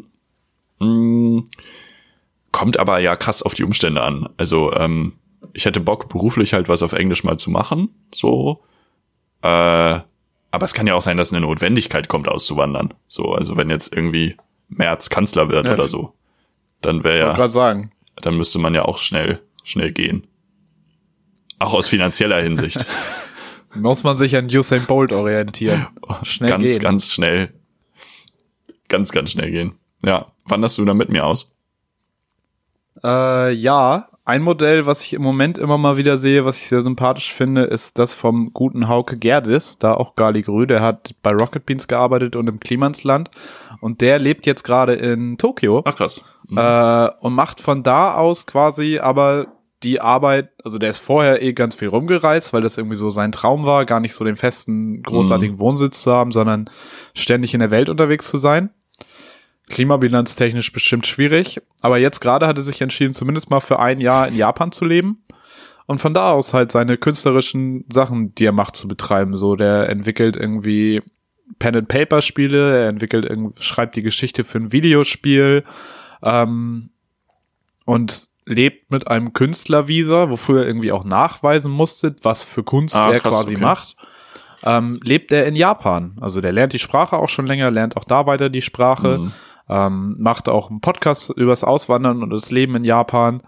Kommt aber ja krass auf die Umstände an. Also ich hätte Bock, beruflich halt was auf Englisch mal zu machen. So. Aber es kann ja auch sein, dass eine Notwendigkeit kommt, auszuwandern. So, also wenn jetzt irgendwie Merz Kanzler wird oder so, dann wäre ja. Gerade sagen. Dann müsste man ja auch schnell gehen. Auch aus finanzieller Hinsicht. Muss man sich an Usain Bolt orientieren. Schnell gehen. Ganz schnell. Ganz schnell gehen. Ja. Wanderst du da mit mir aus? Ja. Ein Modell, was ich im Moment immer mal wieder sehe, was ich sehr sympathisch finde, ist das vom guten Hauke Gerdis, da auch Gali Grü, der hat bei Rocket Beans gearbeitet und im Klimansland. Und der lebt jetzt gerade in Tokio. Ach krass. Und macht von da aus quasi aber die Arbeit, also der ist vorher ganz viel rumgereist, weil das irgendwie so sein Traum war, gar nicht so den festen, großartigen Wohnsitz zu haben, sondern ständig in der Welt unterwegs zu sein. Klimabilanztechnisch bestimmt schwierig, aber jetzt gerade hat er sich entschieden, zumindest mal für ein Jahr in Japan zu leben und von da aus halt seine künstlerischen Sachen, die er macht, zu betreiben. So, der entwickelt irgendwie Pen-and-Paper-Spiele, schreibt die Geschichte für ein Videospiel und lebt mit einem Künstlervisa, wofür er irgendwie auch nachweisen musste, was für Kunst er krass, quasi macht. Lebt er in Japan. Also der lernt die Sprache auch schon länger, lernt auch da weiter die Sprache, macht auch einen Podcast übers Auswandern und das Leben in Japan,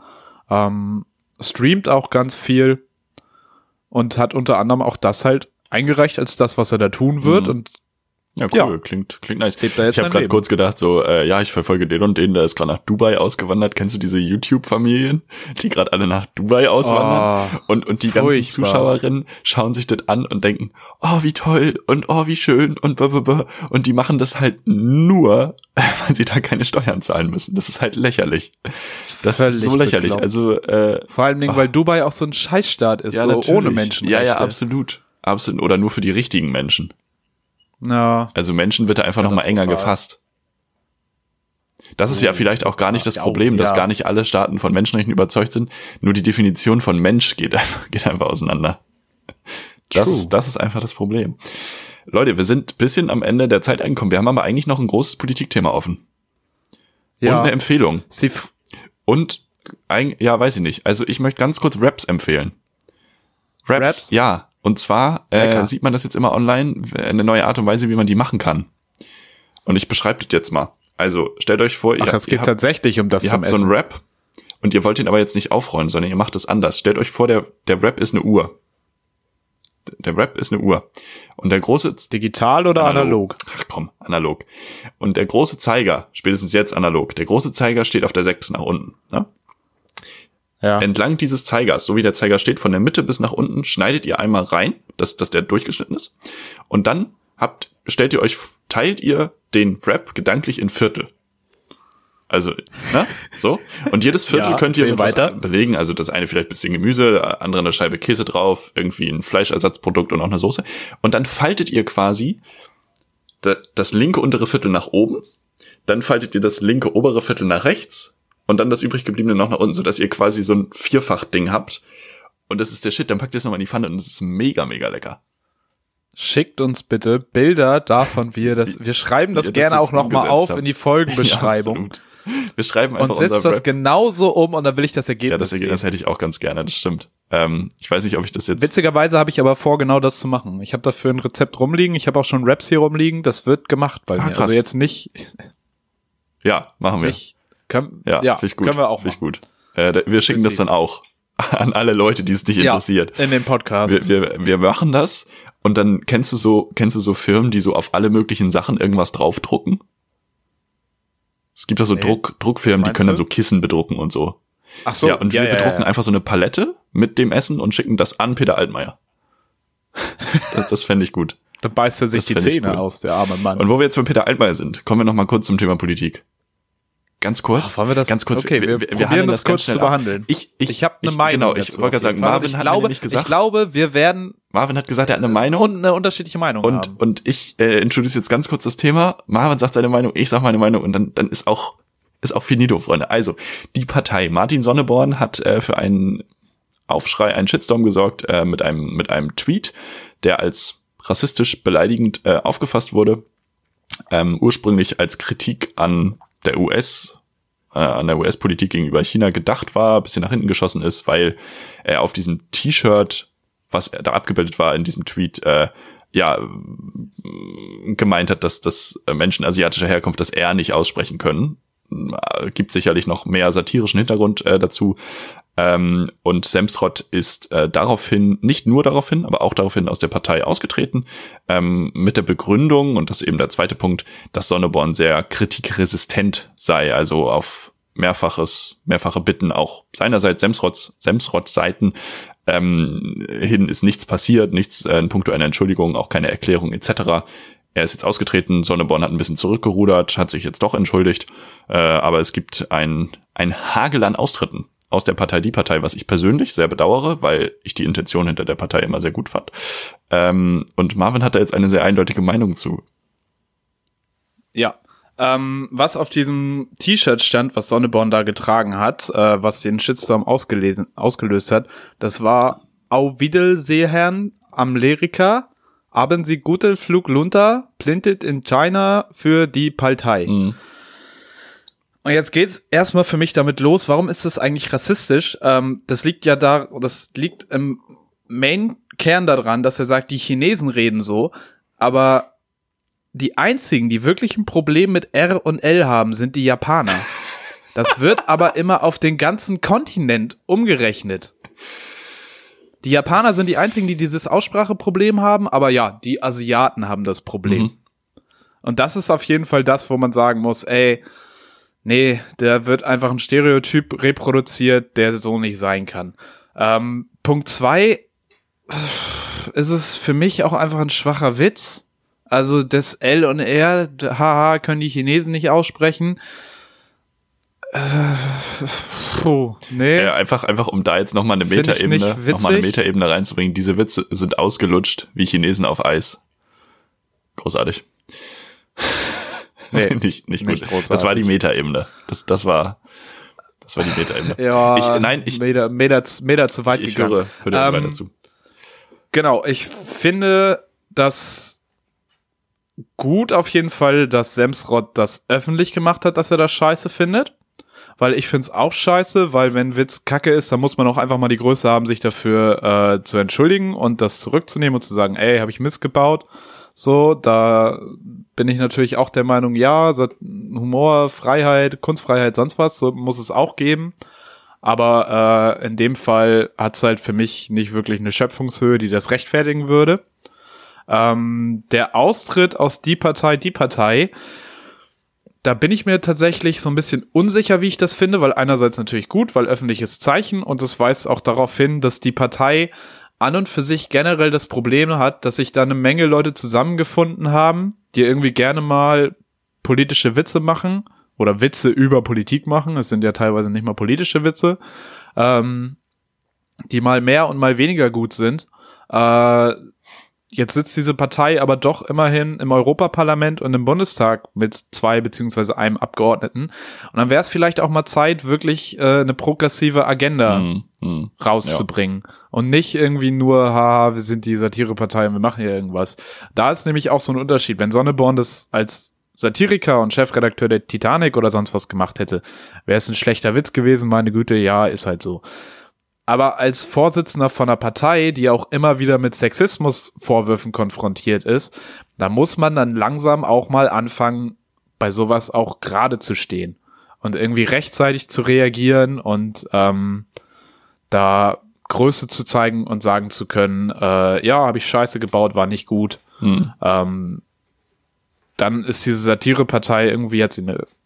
streamt auch ganz viel und hat unter anderem auch das halt eingereicht als das, was er da tun wird und ja, cool, ja. Klingt nice. Ich habe gerade kurz gedacht, so, ich verfolge den und den, der ist gerade nach Dubai ausgewandert. Kennst du diese YouTube-Familien, die gerade alle nach Dubai auswandern? Und die ganzen Zuschauerinnen schauen sich das an und denken, oh, wie toll und oh, wie schön und blablabla. Und die machen das halt nur, weil sie da keine Steuern zahlen müssen. Das ist halt lächerlich. Das ist so lächerlich. Bekloppt. Also vor allen Dingen, weil Dubai auch so ein Scheißstaat ist, ja, so natürlich. Ohne Menschenrechte. Ja, absolut. Absolut. Oder nur für die richtigen Menschen. Ja. Also Menschen wird da einfach noch mal enger gefasst. Das ist ja vielleicht auch gar nicht das Problem, dass gar nicht alle Staaten von Menschenrechten überzeugt sind. Nur die Definition von Mensch geht einfach auseinander. Das ist einfach das Problem. Leute, wir sind ein bisschen am Ende der Zeit angekommen. Wir haben aber eigentlich noch ein großes Politikthema offen. Ja. Und eine Empfehlung. Und, weiß ich nicht. Also ich möchte ganz kurz Raps empfehlen. Raps? Ja. Und zwar sieht man das jetzt immer online, eine neue Art und Weise, wie man die machen kann. Und ich beschreibe das jetzt mal. Also stellt euch vor, es geht tatsächlich um das ihr habt so einen Rap und ihr wollt ihn aber jetzt nicht aufrollen, sondern ihr macht es anders. Stellt euch vor, der Rap ist eine Uhr. Der Rap ist eine Uhr. Und der große... Digital oder analog? Ach komm, analog. Und der große Zeiger, spätestens jetzt analog, der große Zeiger steht auf der 6 nach unten. Ne? Ja. Entlang dieses Zeigers, so wie der Zeiger steht, von der Mitte bis nach unten, schneidet ihr einmal rein, dass der durchgeschnitten ist. Und dann teilt ihr den Rap gedanklich in Viertel. Also, ne? So. Und jedes Viertel könnt ihr mit weiter belegen. Also das eine vielleicht ein bisschen Gemüse, andere eine Scheibe Käse drauf, irgendwie ein Fleischersatzprodukt und auch eine Soße. Und dann faltet ihr quasi das linke untere Viertel nach oben. Dann faltet ihr das linke obere Viertel nach rechts. Und dann das übrig gebliebene noch nach unten, sodass ihr quasi so ein Vierfach-Ding habt. Und das ist der Shit, dann packt ihr es nochmal in die Pfanne und es ist mega, mega lecker. Schickt uns bitte Bilder davon, wir schreiben das gerne auch nochmal auf in die Folgenbeschreibung. Ja, wir schreiben einfach und setzt das genauso um und dann will ich das Ergebnis Ja, das Ergebnis hätte ich auch ganz gerne, das stimmt. Ich weiß nicht, ob ich das jetzt... Witzigerweise habe ich aber vor, genau das zu machen. Ich habe dafür ein Rezept rumliegen, ich habe auch schon Raps hier rumliegen, das wird gemacht bei mir. Krass. Also jetzt nicht... Ja, machen wir. Finde ich gut. Können wir auch machen. Finde ich gut. Wir schicken das dann auch an alle Leute, die es nicht interessiert. In den Podcast. Wir machen das und dann kennst du so Firmen, die so auf alle möglichen Sachen irgendwas draufdrucken? Es gibt ja so Druckfirmen, die können dann so Kissen bedrucken und so. Ach so. Ja, und wir bedrucken einfach so eine Palette mit dem Essen und schicken das an Peter Altmaier. Das fände ich gut. Dann beißt er sich die Zähne aus, der arme Mann. Und wo wir jetzt bei Peter Altmaier sind, kommen wir noch mal kurz zum Thema Politik. Ganz kurz. Wollen wir das? Ganz kurz. Okay, wir probieren das kurz zu behandeln. Ich habe eine Meinung. Genau, ich wollte gerade sagen, Marvin hat nämlich gesagt. Ich glaube, wir werden. Marvin hat gesagt, er hat eine Meinung. Und eine unterschiedliche Meinung haben. Und ich introduce jetzt ganz kurz das Thema. Marvin sagt seine Meinung, ich sag meine Meinung und dann ist auch finito, Freunde. Also, die Partei. Martin Sonneborn hat für einen Aufschrei, einen Shitstorm gesorgt mit einem Tweet, der als rassistisch beleidigend aufgefasst wurde. Ursprünglich als Kritik an der US-Politik gegenüber China gedacht war, ein bisschen nach hinten geschossen ist, weil er auf diesem T-Shirt, was da abgebildet war in diesem Tweet, gemeint hat, dass Menschen asiatischer Herkunft das R nicht aussprechen können. Gibt sicherlich noch mehr satirischen Hintergrund dazu. Und Semsrott ist nicht nur daraufhin, aber auch daraufhin aus der Partei ausgetreten, mit der Begründung, und das ist eben der zweite Punkt, dass Sonneborn sehr kritikresistent sei, also auf mehrfache Bitten auch seinerseits Semsrotts Seiten hin ist nichts passiert, nichts in puncto einer Entschuldigung, auch keine Erklärung etc. Er ist jetzt ausgetreten, Sonneborn hat ein bisschen zurückgerudert, hat sich jetzt doch entschuldigt, aber es gibt ein Hagel an Austritten aus der Partei, die Partei, was ich persönlich sehr bedauere, weil ich die Intention hinter der Partei immer sehr gut fand. Und Marvin hat da jetzt eine sehr eindeutige Meinung zu. Ja, was auf diesem T-Shirt stand, was Sonneborn da getragen hat, was den Shitstorm ausgelöst hat, das war Auf Wiedersehen am Lyriker, haben Sie guten Flug runter, plintet in China für die Partei. Mhm. Und jetzt geht's erstmal für mich damit los, warum ist das eigentlich rassistisch? Das liegt im Main-Kern daran, dass er sagt, die Chinesen reden so, aber die einzigen, die wirklich ein Problem mit R und L haben, sind die Japaner. Das wird aber immer auf den ganzen Kontinent umgerechnet. Die Japaner sind die einzigen, die dieses Ausspracheproblem haben, aber ja, die Asiaten haben das Problem. Mhm. Und das ist auf jeden Fall das, wo man sagen muss, nee, da wird einfach ein Stereotyp reproduziert, der so nicht sein kann. Punkt 2 ist es für mich auch einfach ein schwacher Witz. Also das L und R, haha, können die Chinesen nicht aussprechen. Nee. Ja, einfach um da jetzt nochmal eine Metaebene reinzubringen. Diese Witze sind ausgelutscht wie Chinesen auf Eis. Großartig. Nee, nicht gut. Großartig. Das war die Metaebene. Das war die Metaebene. Ja, Meter zu weit gegangen. Ich höre weiter zu. Genau, ich finde das gut auf jeden Fall, dass Semsrott das öffentlich gemacht hat, dass er das scheiße findet. Weil ich find's auch scheiße, weil wenn Witz kacke ist, dann muss man auch einfach mal die Größe haben, sich dafür zu entschuldigen und das zurückzunehmen und zu sagen, habe ich Mist gebaut. So, da bin ich natürlich auch der Meinung, ja, Humor, Freiheit, Kunstfreiheit, sonst was, so muss es auch geben. Aber in dem Fall hat's halt für mich nicht wirklich eine Schöpfungshöhe, die das rechtfertigen würde. Der Austritt aus die Partei, da bin ich mir tatsächlich so ein bisschen unsicher, wie ich das finde, weil einerseits natürlich gut, weil öffentliches Zeichen und es weist auch darauf hin, dass die Partei an und für sich generell das Problem hat, dass sich da eine Menge Leute zusammengefunden haben, die irgendwie gerne mal politische Witze machen oder Witze über Politik machen. Es sind ja teilweise nicht mal politische Witze, die mal mehr und mal weniger gut sind. Jetzt sitzt diese Partei aber doch immerhin im Europaparlament und im Bundestag mit 2 beziehungsweise einem Abgeordneten. Und dann wäre es vielleicht auch mal Zeit, wirklich eine progressive Agenda rauszubringen. Ja. Und nicht irgendwie nur, haha, wir sind die Satirepartei und wir machen hier irgendwas. Da ist nämlich auch so ein Unterschied. Wenn Sonneborn das als Satiriker und Chefredakteur der Titanic oder sonst was gemacht hätte, wäre es ein schlechter Witz gewesen, meine Güte, ja, ist halt so. Aber als Vorsitzender von einer Partei, die auch immer wieder mit Sexismusvorwürfen konfrontiert ist, da muss man dann langsam auch mal anfangen, bei sowas auch gerade zu stehen und irgendwie rechtzeitig zu reagieren und da Größe zu zeigen und sagen zu können, ja, habe ich Scheiße gebaut, war nicht gut. Dann ist diese Satirepartei irgendwie jetzt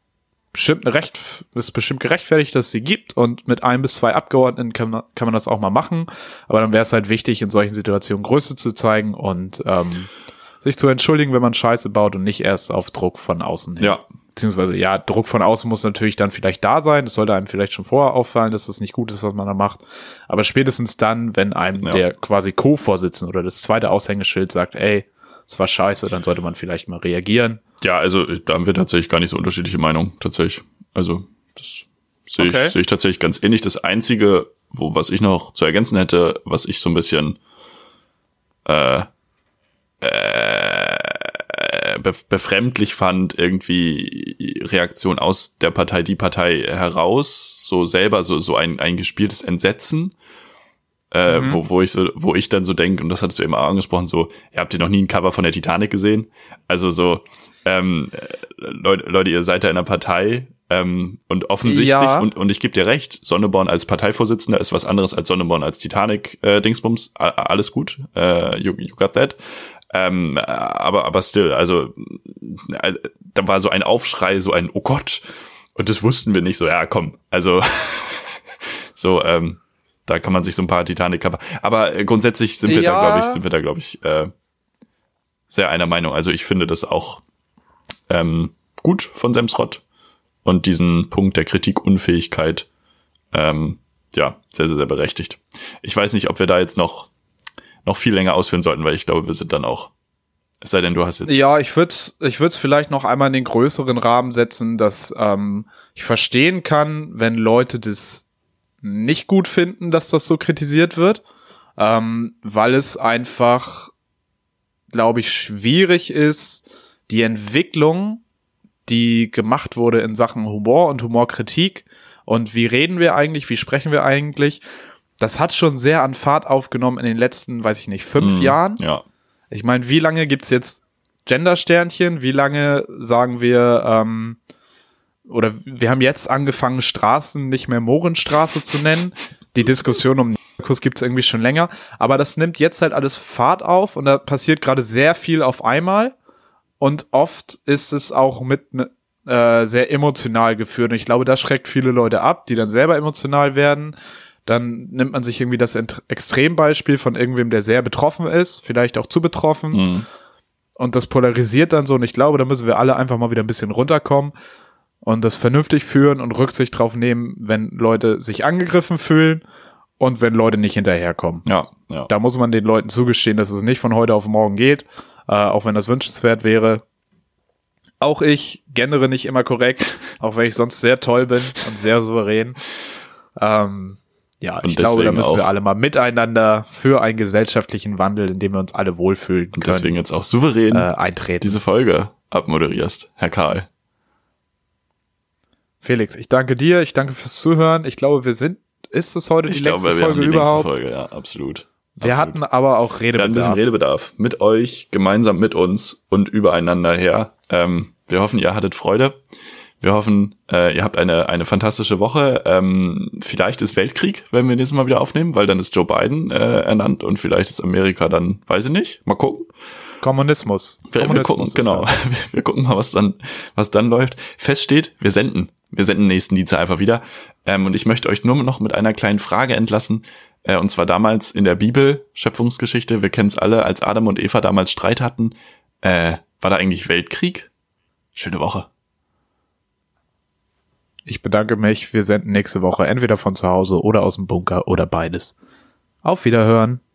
ist bestimmt gerechtfertigt, dass es sie gibt und mit 1 bis 2 Abgeordneten kann man das auch mal machen, aber dann wäre es halt wichtig, in solchen Situationen Größe zu zeigen und sich zu entschuldigen, wenn man Scheiße baut und nicht erst auf Druck von außen hin. Ja. Beziehungsweise, ja, Druck von außen muss natürlich dann vielleicht da sein. Es sollte einem vielleicht schon vorher auffallen, dass das nicht gut ist, was man da macht. Aber spätestens dann, wenn einem der quasi Co-Vorsitzende oder das zweite Aushängeschild sagt, ey, es war scheiße, dann sollte man vielleicht mal reagieren. Ja, also da haben wir tatsächlich gar nicht so unterschiedliche Meinungen, tatsächlich. Also das sehe ich tatsächlich ganz ähnlich. Das Einzige, was ich noch zu ergänzen hätte, was ich so ein bisschen befremdlich fand, irgendwie Reaktion aus der Partei, die Partei heraus, so selber so ein gespieltes Entsetzen, wo ich dann so denke, und das hattest du eben auch angesprochen, so, habt ihr noch nie ein Cover von der Titanic gesehen? Also so, Leute, ihr seid da in einer Partei, und offensichtlich, und ich gebe dir recht, Sonneborn als Parteivorsitzender ist was anderes als Sonneborn als Titanic-Dingsbums, alles gut, you got that. Aber still, also da war so ein Aufschrei, so ein, oh Gott, und das wussten wir nicht, so, ja komm, also so, da kann man sich so ein paar Titanic-Cover, aber grundsätzlich sind wir da, glaube ich, sehr einer Meinung. Also ich finde das auch gut von Semsrott und diesen Punkt der Kritikunfähigkeit, sehr, sehr, sehr berechtigt. Ich weiß nicht, ob wir da jetzt noch viel länger ausführen sollten, weil ich glaube, wir sind dann auch, es sei denn, du hast jetzt... Ja, ich würde es vielleicht noch einmal in den größeren Rahmen setzen, dass ich verstehen kann, wenn Leute das nicht gut finden, dass das so kritisiert wird, weil es einfach, glaube ich, schwierig ist, die Entwicklung, die gemacht wurde in Sachen Humor und Humorkritik und wie reden wir eigentlich, wie sprechen wir eigentlich, das hat schon sehr an Fahrt aufgenommen in den letzten, weiß ich nicht, 5 Jahren. Ja. Ich meine, wie lange gibt's jetzt Gendersternchen? Wie lange sagen wir, oder wir haben jetzt angefangen, Straßen nicht mehr Mohrenstraße zu nennen. Die Diskussion um Kuss gibt's irgendwie schon länger. Aber das nimmt jetzt halt alles Fahrt auf und da passiert gerade sehr viel auf einmal. Und oft ist es auch mit sehr emotional geführt. Und ich glaube, das schreckt viele Leute ab, die dann selber emotional werden. Dann nimmt man sich irgendwie das Extrembeispiel von irgendwem, der sehr betroffen ist, vielleicht auch zu betroffen. Und das polarisiert dann so. Und ich glaube, da müssen wir alle einfach mal wieder ein bisschen runterkommen und das vernünftig führen und Rücksicht drauf nehmen, wenn Leute sich angegriffen fühlen und wenn Leute nicht hinterherkommen. Ja. Da muss man den Leuten zugestehen, dass es nicht von heute auf morgen geht, auch wenn das wünschenswert wäre. Auch ich gendere nicht immer korrekt, auch wenn ich sonst sehr toll bin und sehr souverän. Ja, ich glaube, da müssen wir alle mal miteinander für einen gesellschaftlichen Wandel, in dem wir uns alle wohlfühlen können, und deswegen jetzt auch souverän eintreten. Diese Folge abmoderierst, Herr Karl. Felix, ich danke dir, ich danke fürs Zuhören. Ich glaube, ist es heute die längste Folge überhaupt? Folge, ja, absolut. Wir hatten aber auch Redebedarf. Wir hatten ein bisschen Redebedarf. Mit euch, gemeinsam mit uns und übereinander her. Wir hoffen, ihr hattet Freude. Wir hoffen, ihr habt eine fantastische Woche. Vielleicht ist Weltkrieg, wenn wir nächstes Mal wieder aufnehmen, weil dann ist Joe Biden ernannt und vielleicht ist Amerika dann, weiß ich nicht, mal gucken. Kommunismus. Wir gucken, genau. Wir gucken mal, was dann läuft. Fest steht, wir senden nächsten Dienstag einfach wieder. Und ich möchte euch nur noch mit einer kleinen Frage entlassen. Und zwar damals in der Bibel, Schöpfungsgeschichte, wir kennen es alle, als Adam und Eva damals Streit hatten, war da eigentlich Weltkrieg? Schöne Woche. Ich bedanke mich. Wir senden nächste Woche entweder von zu Hause oder aus dem Bunker oder beides. Auf Wiederhören.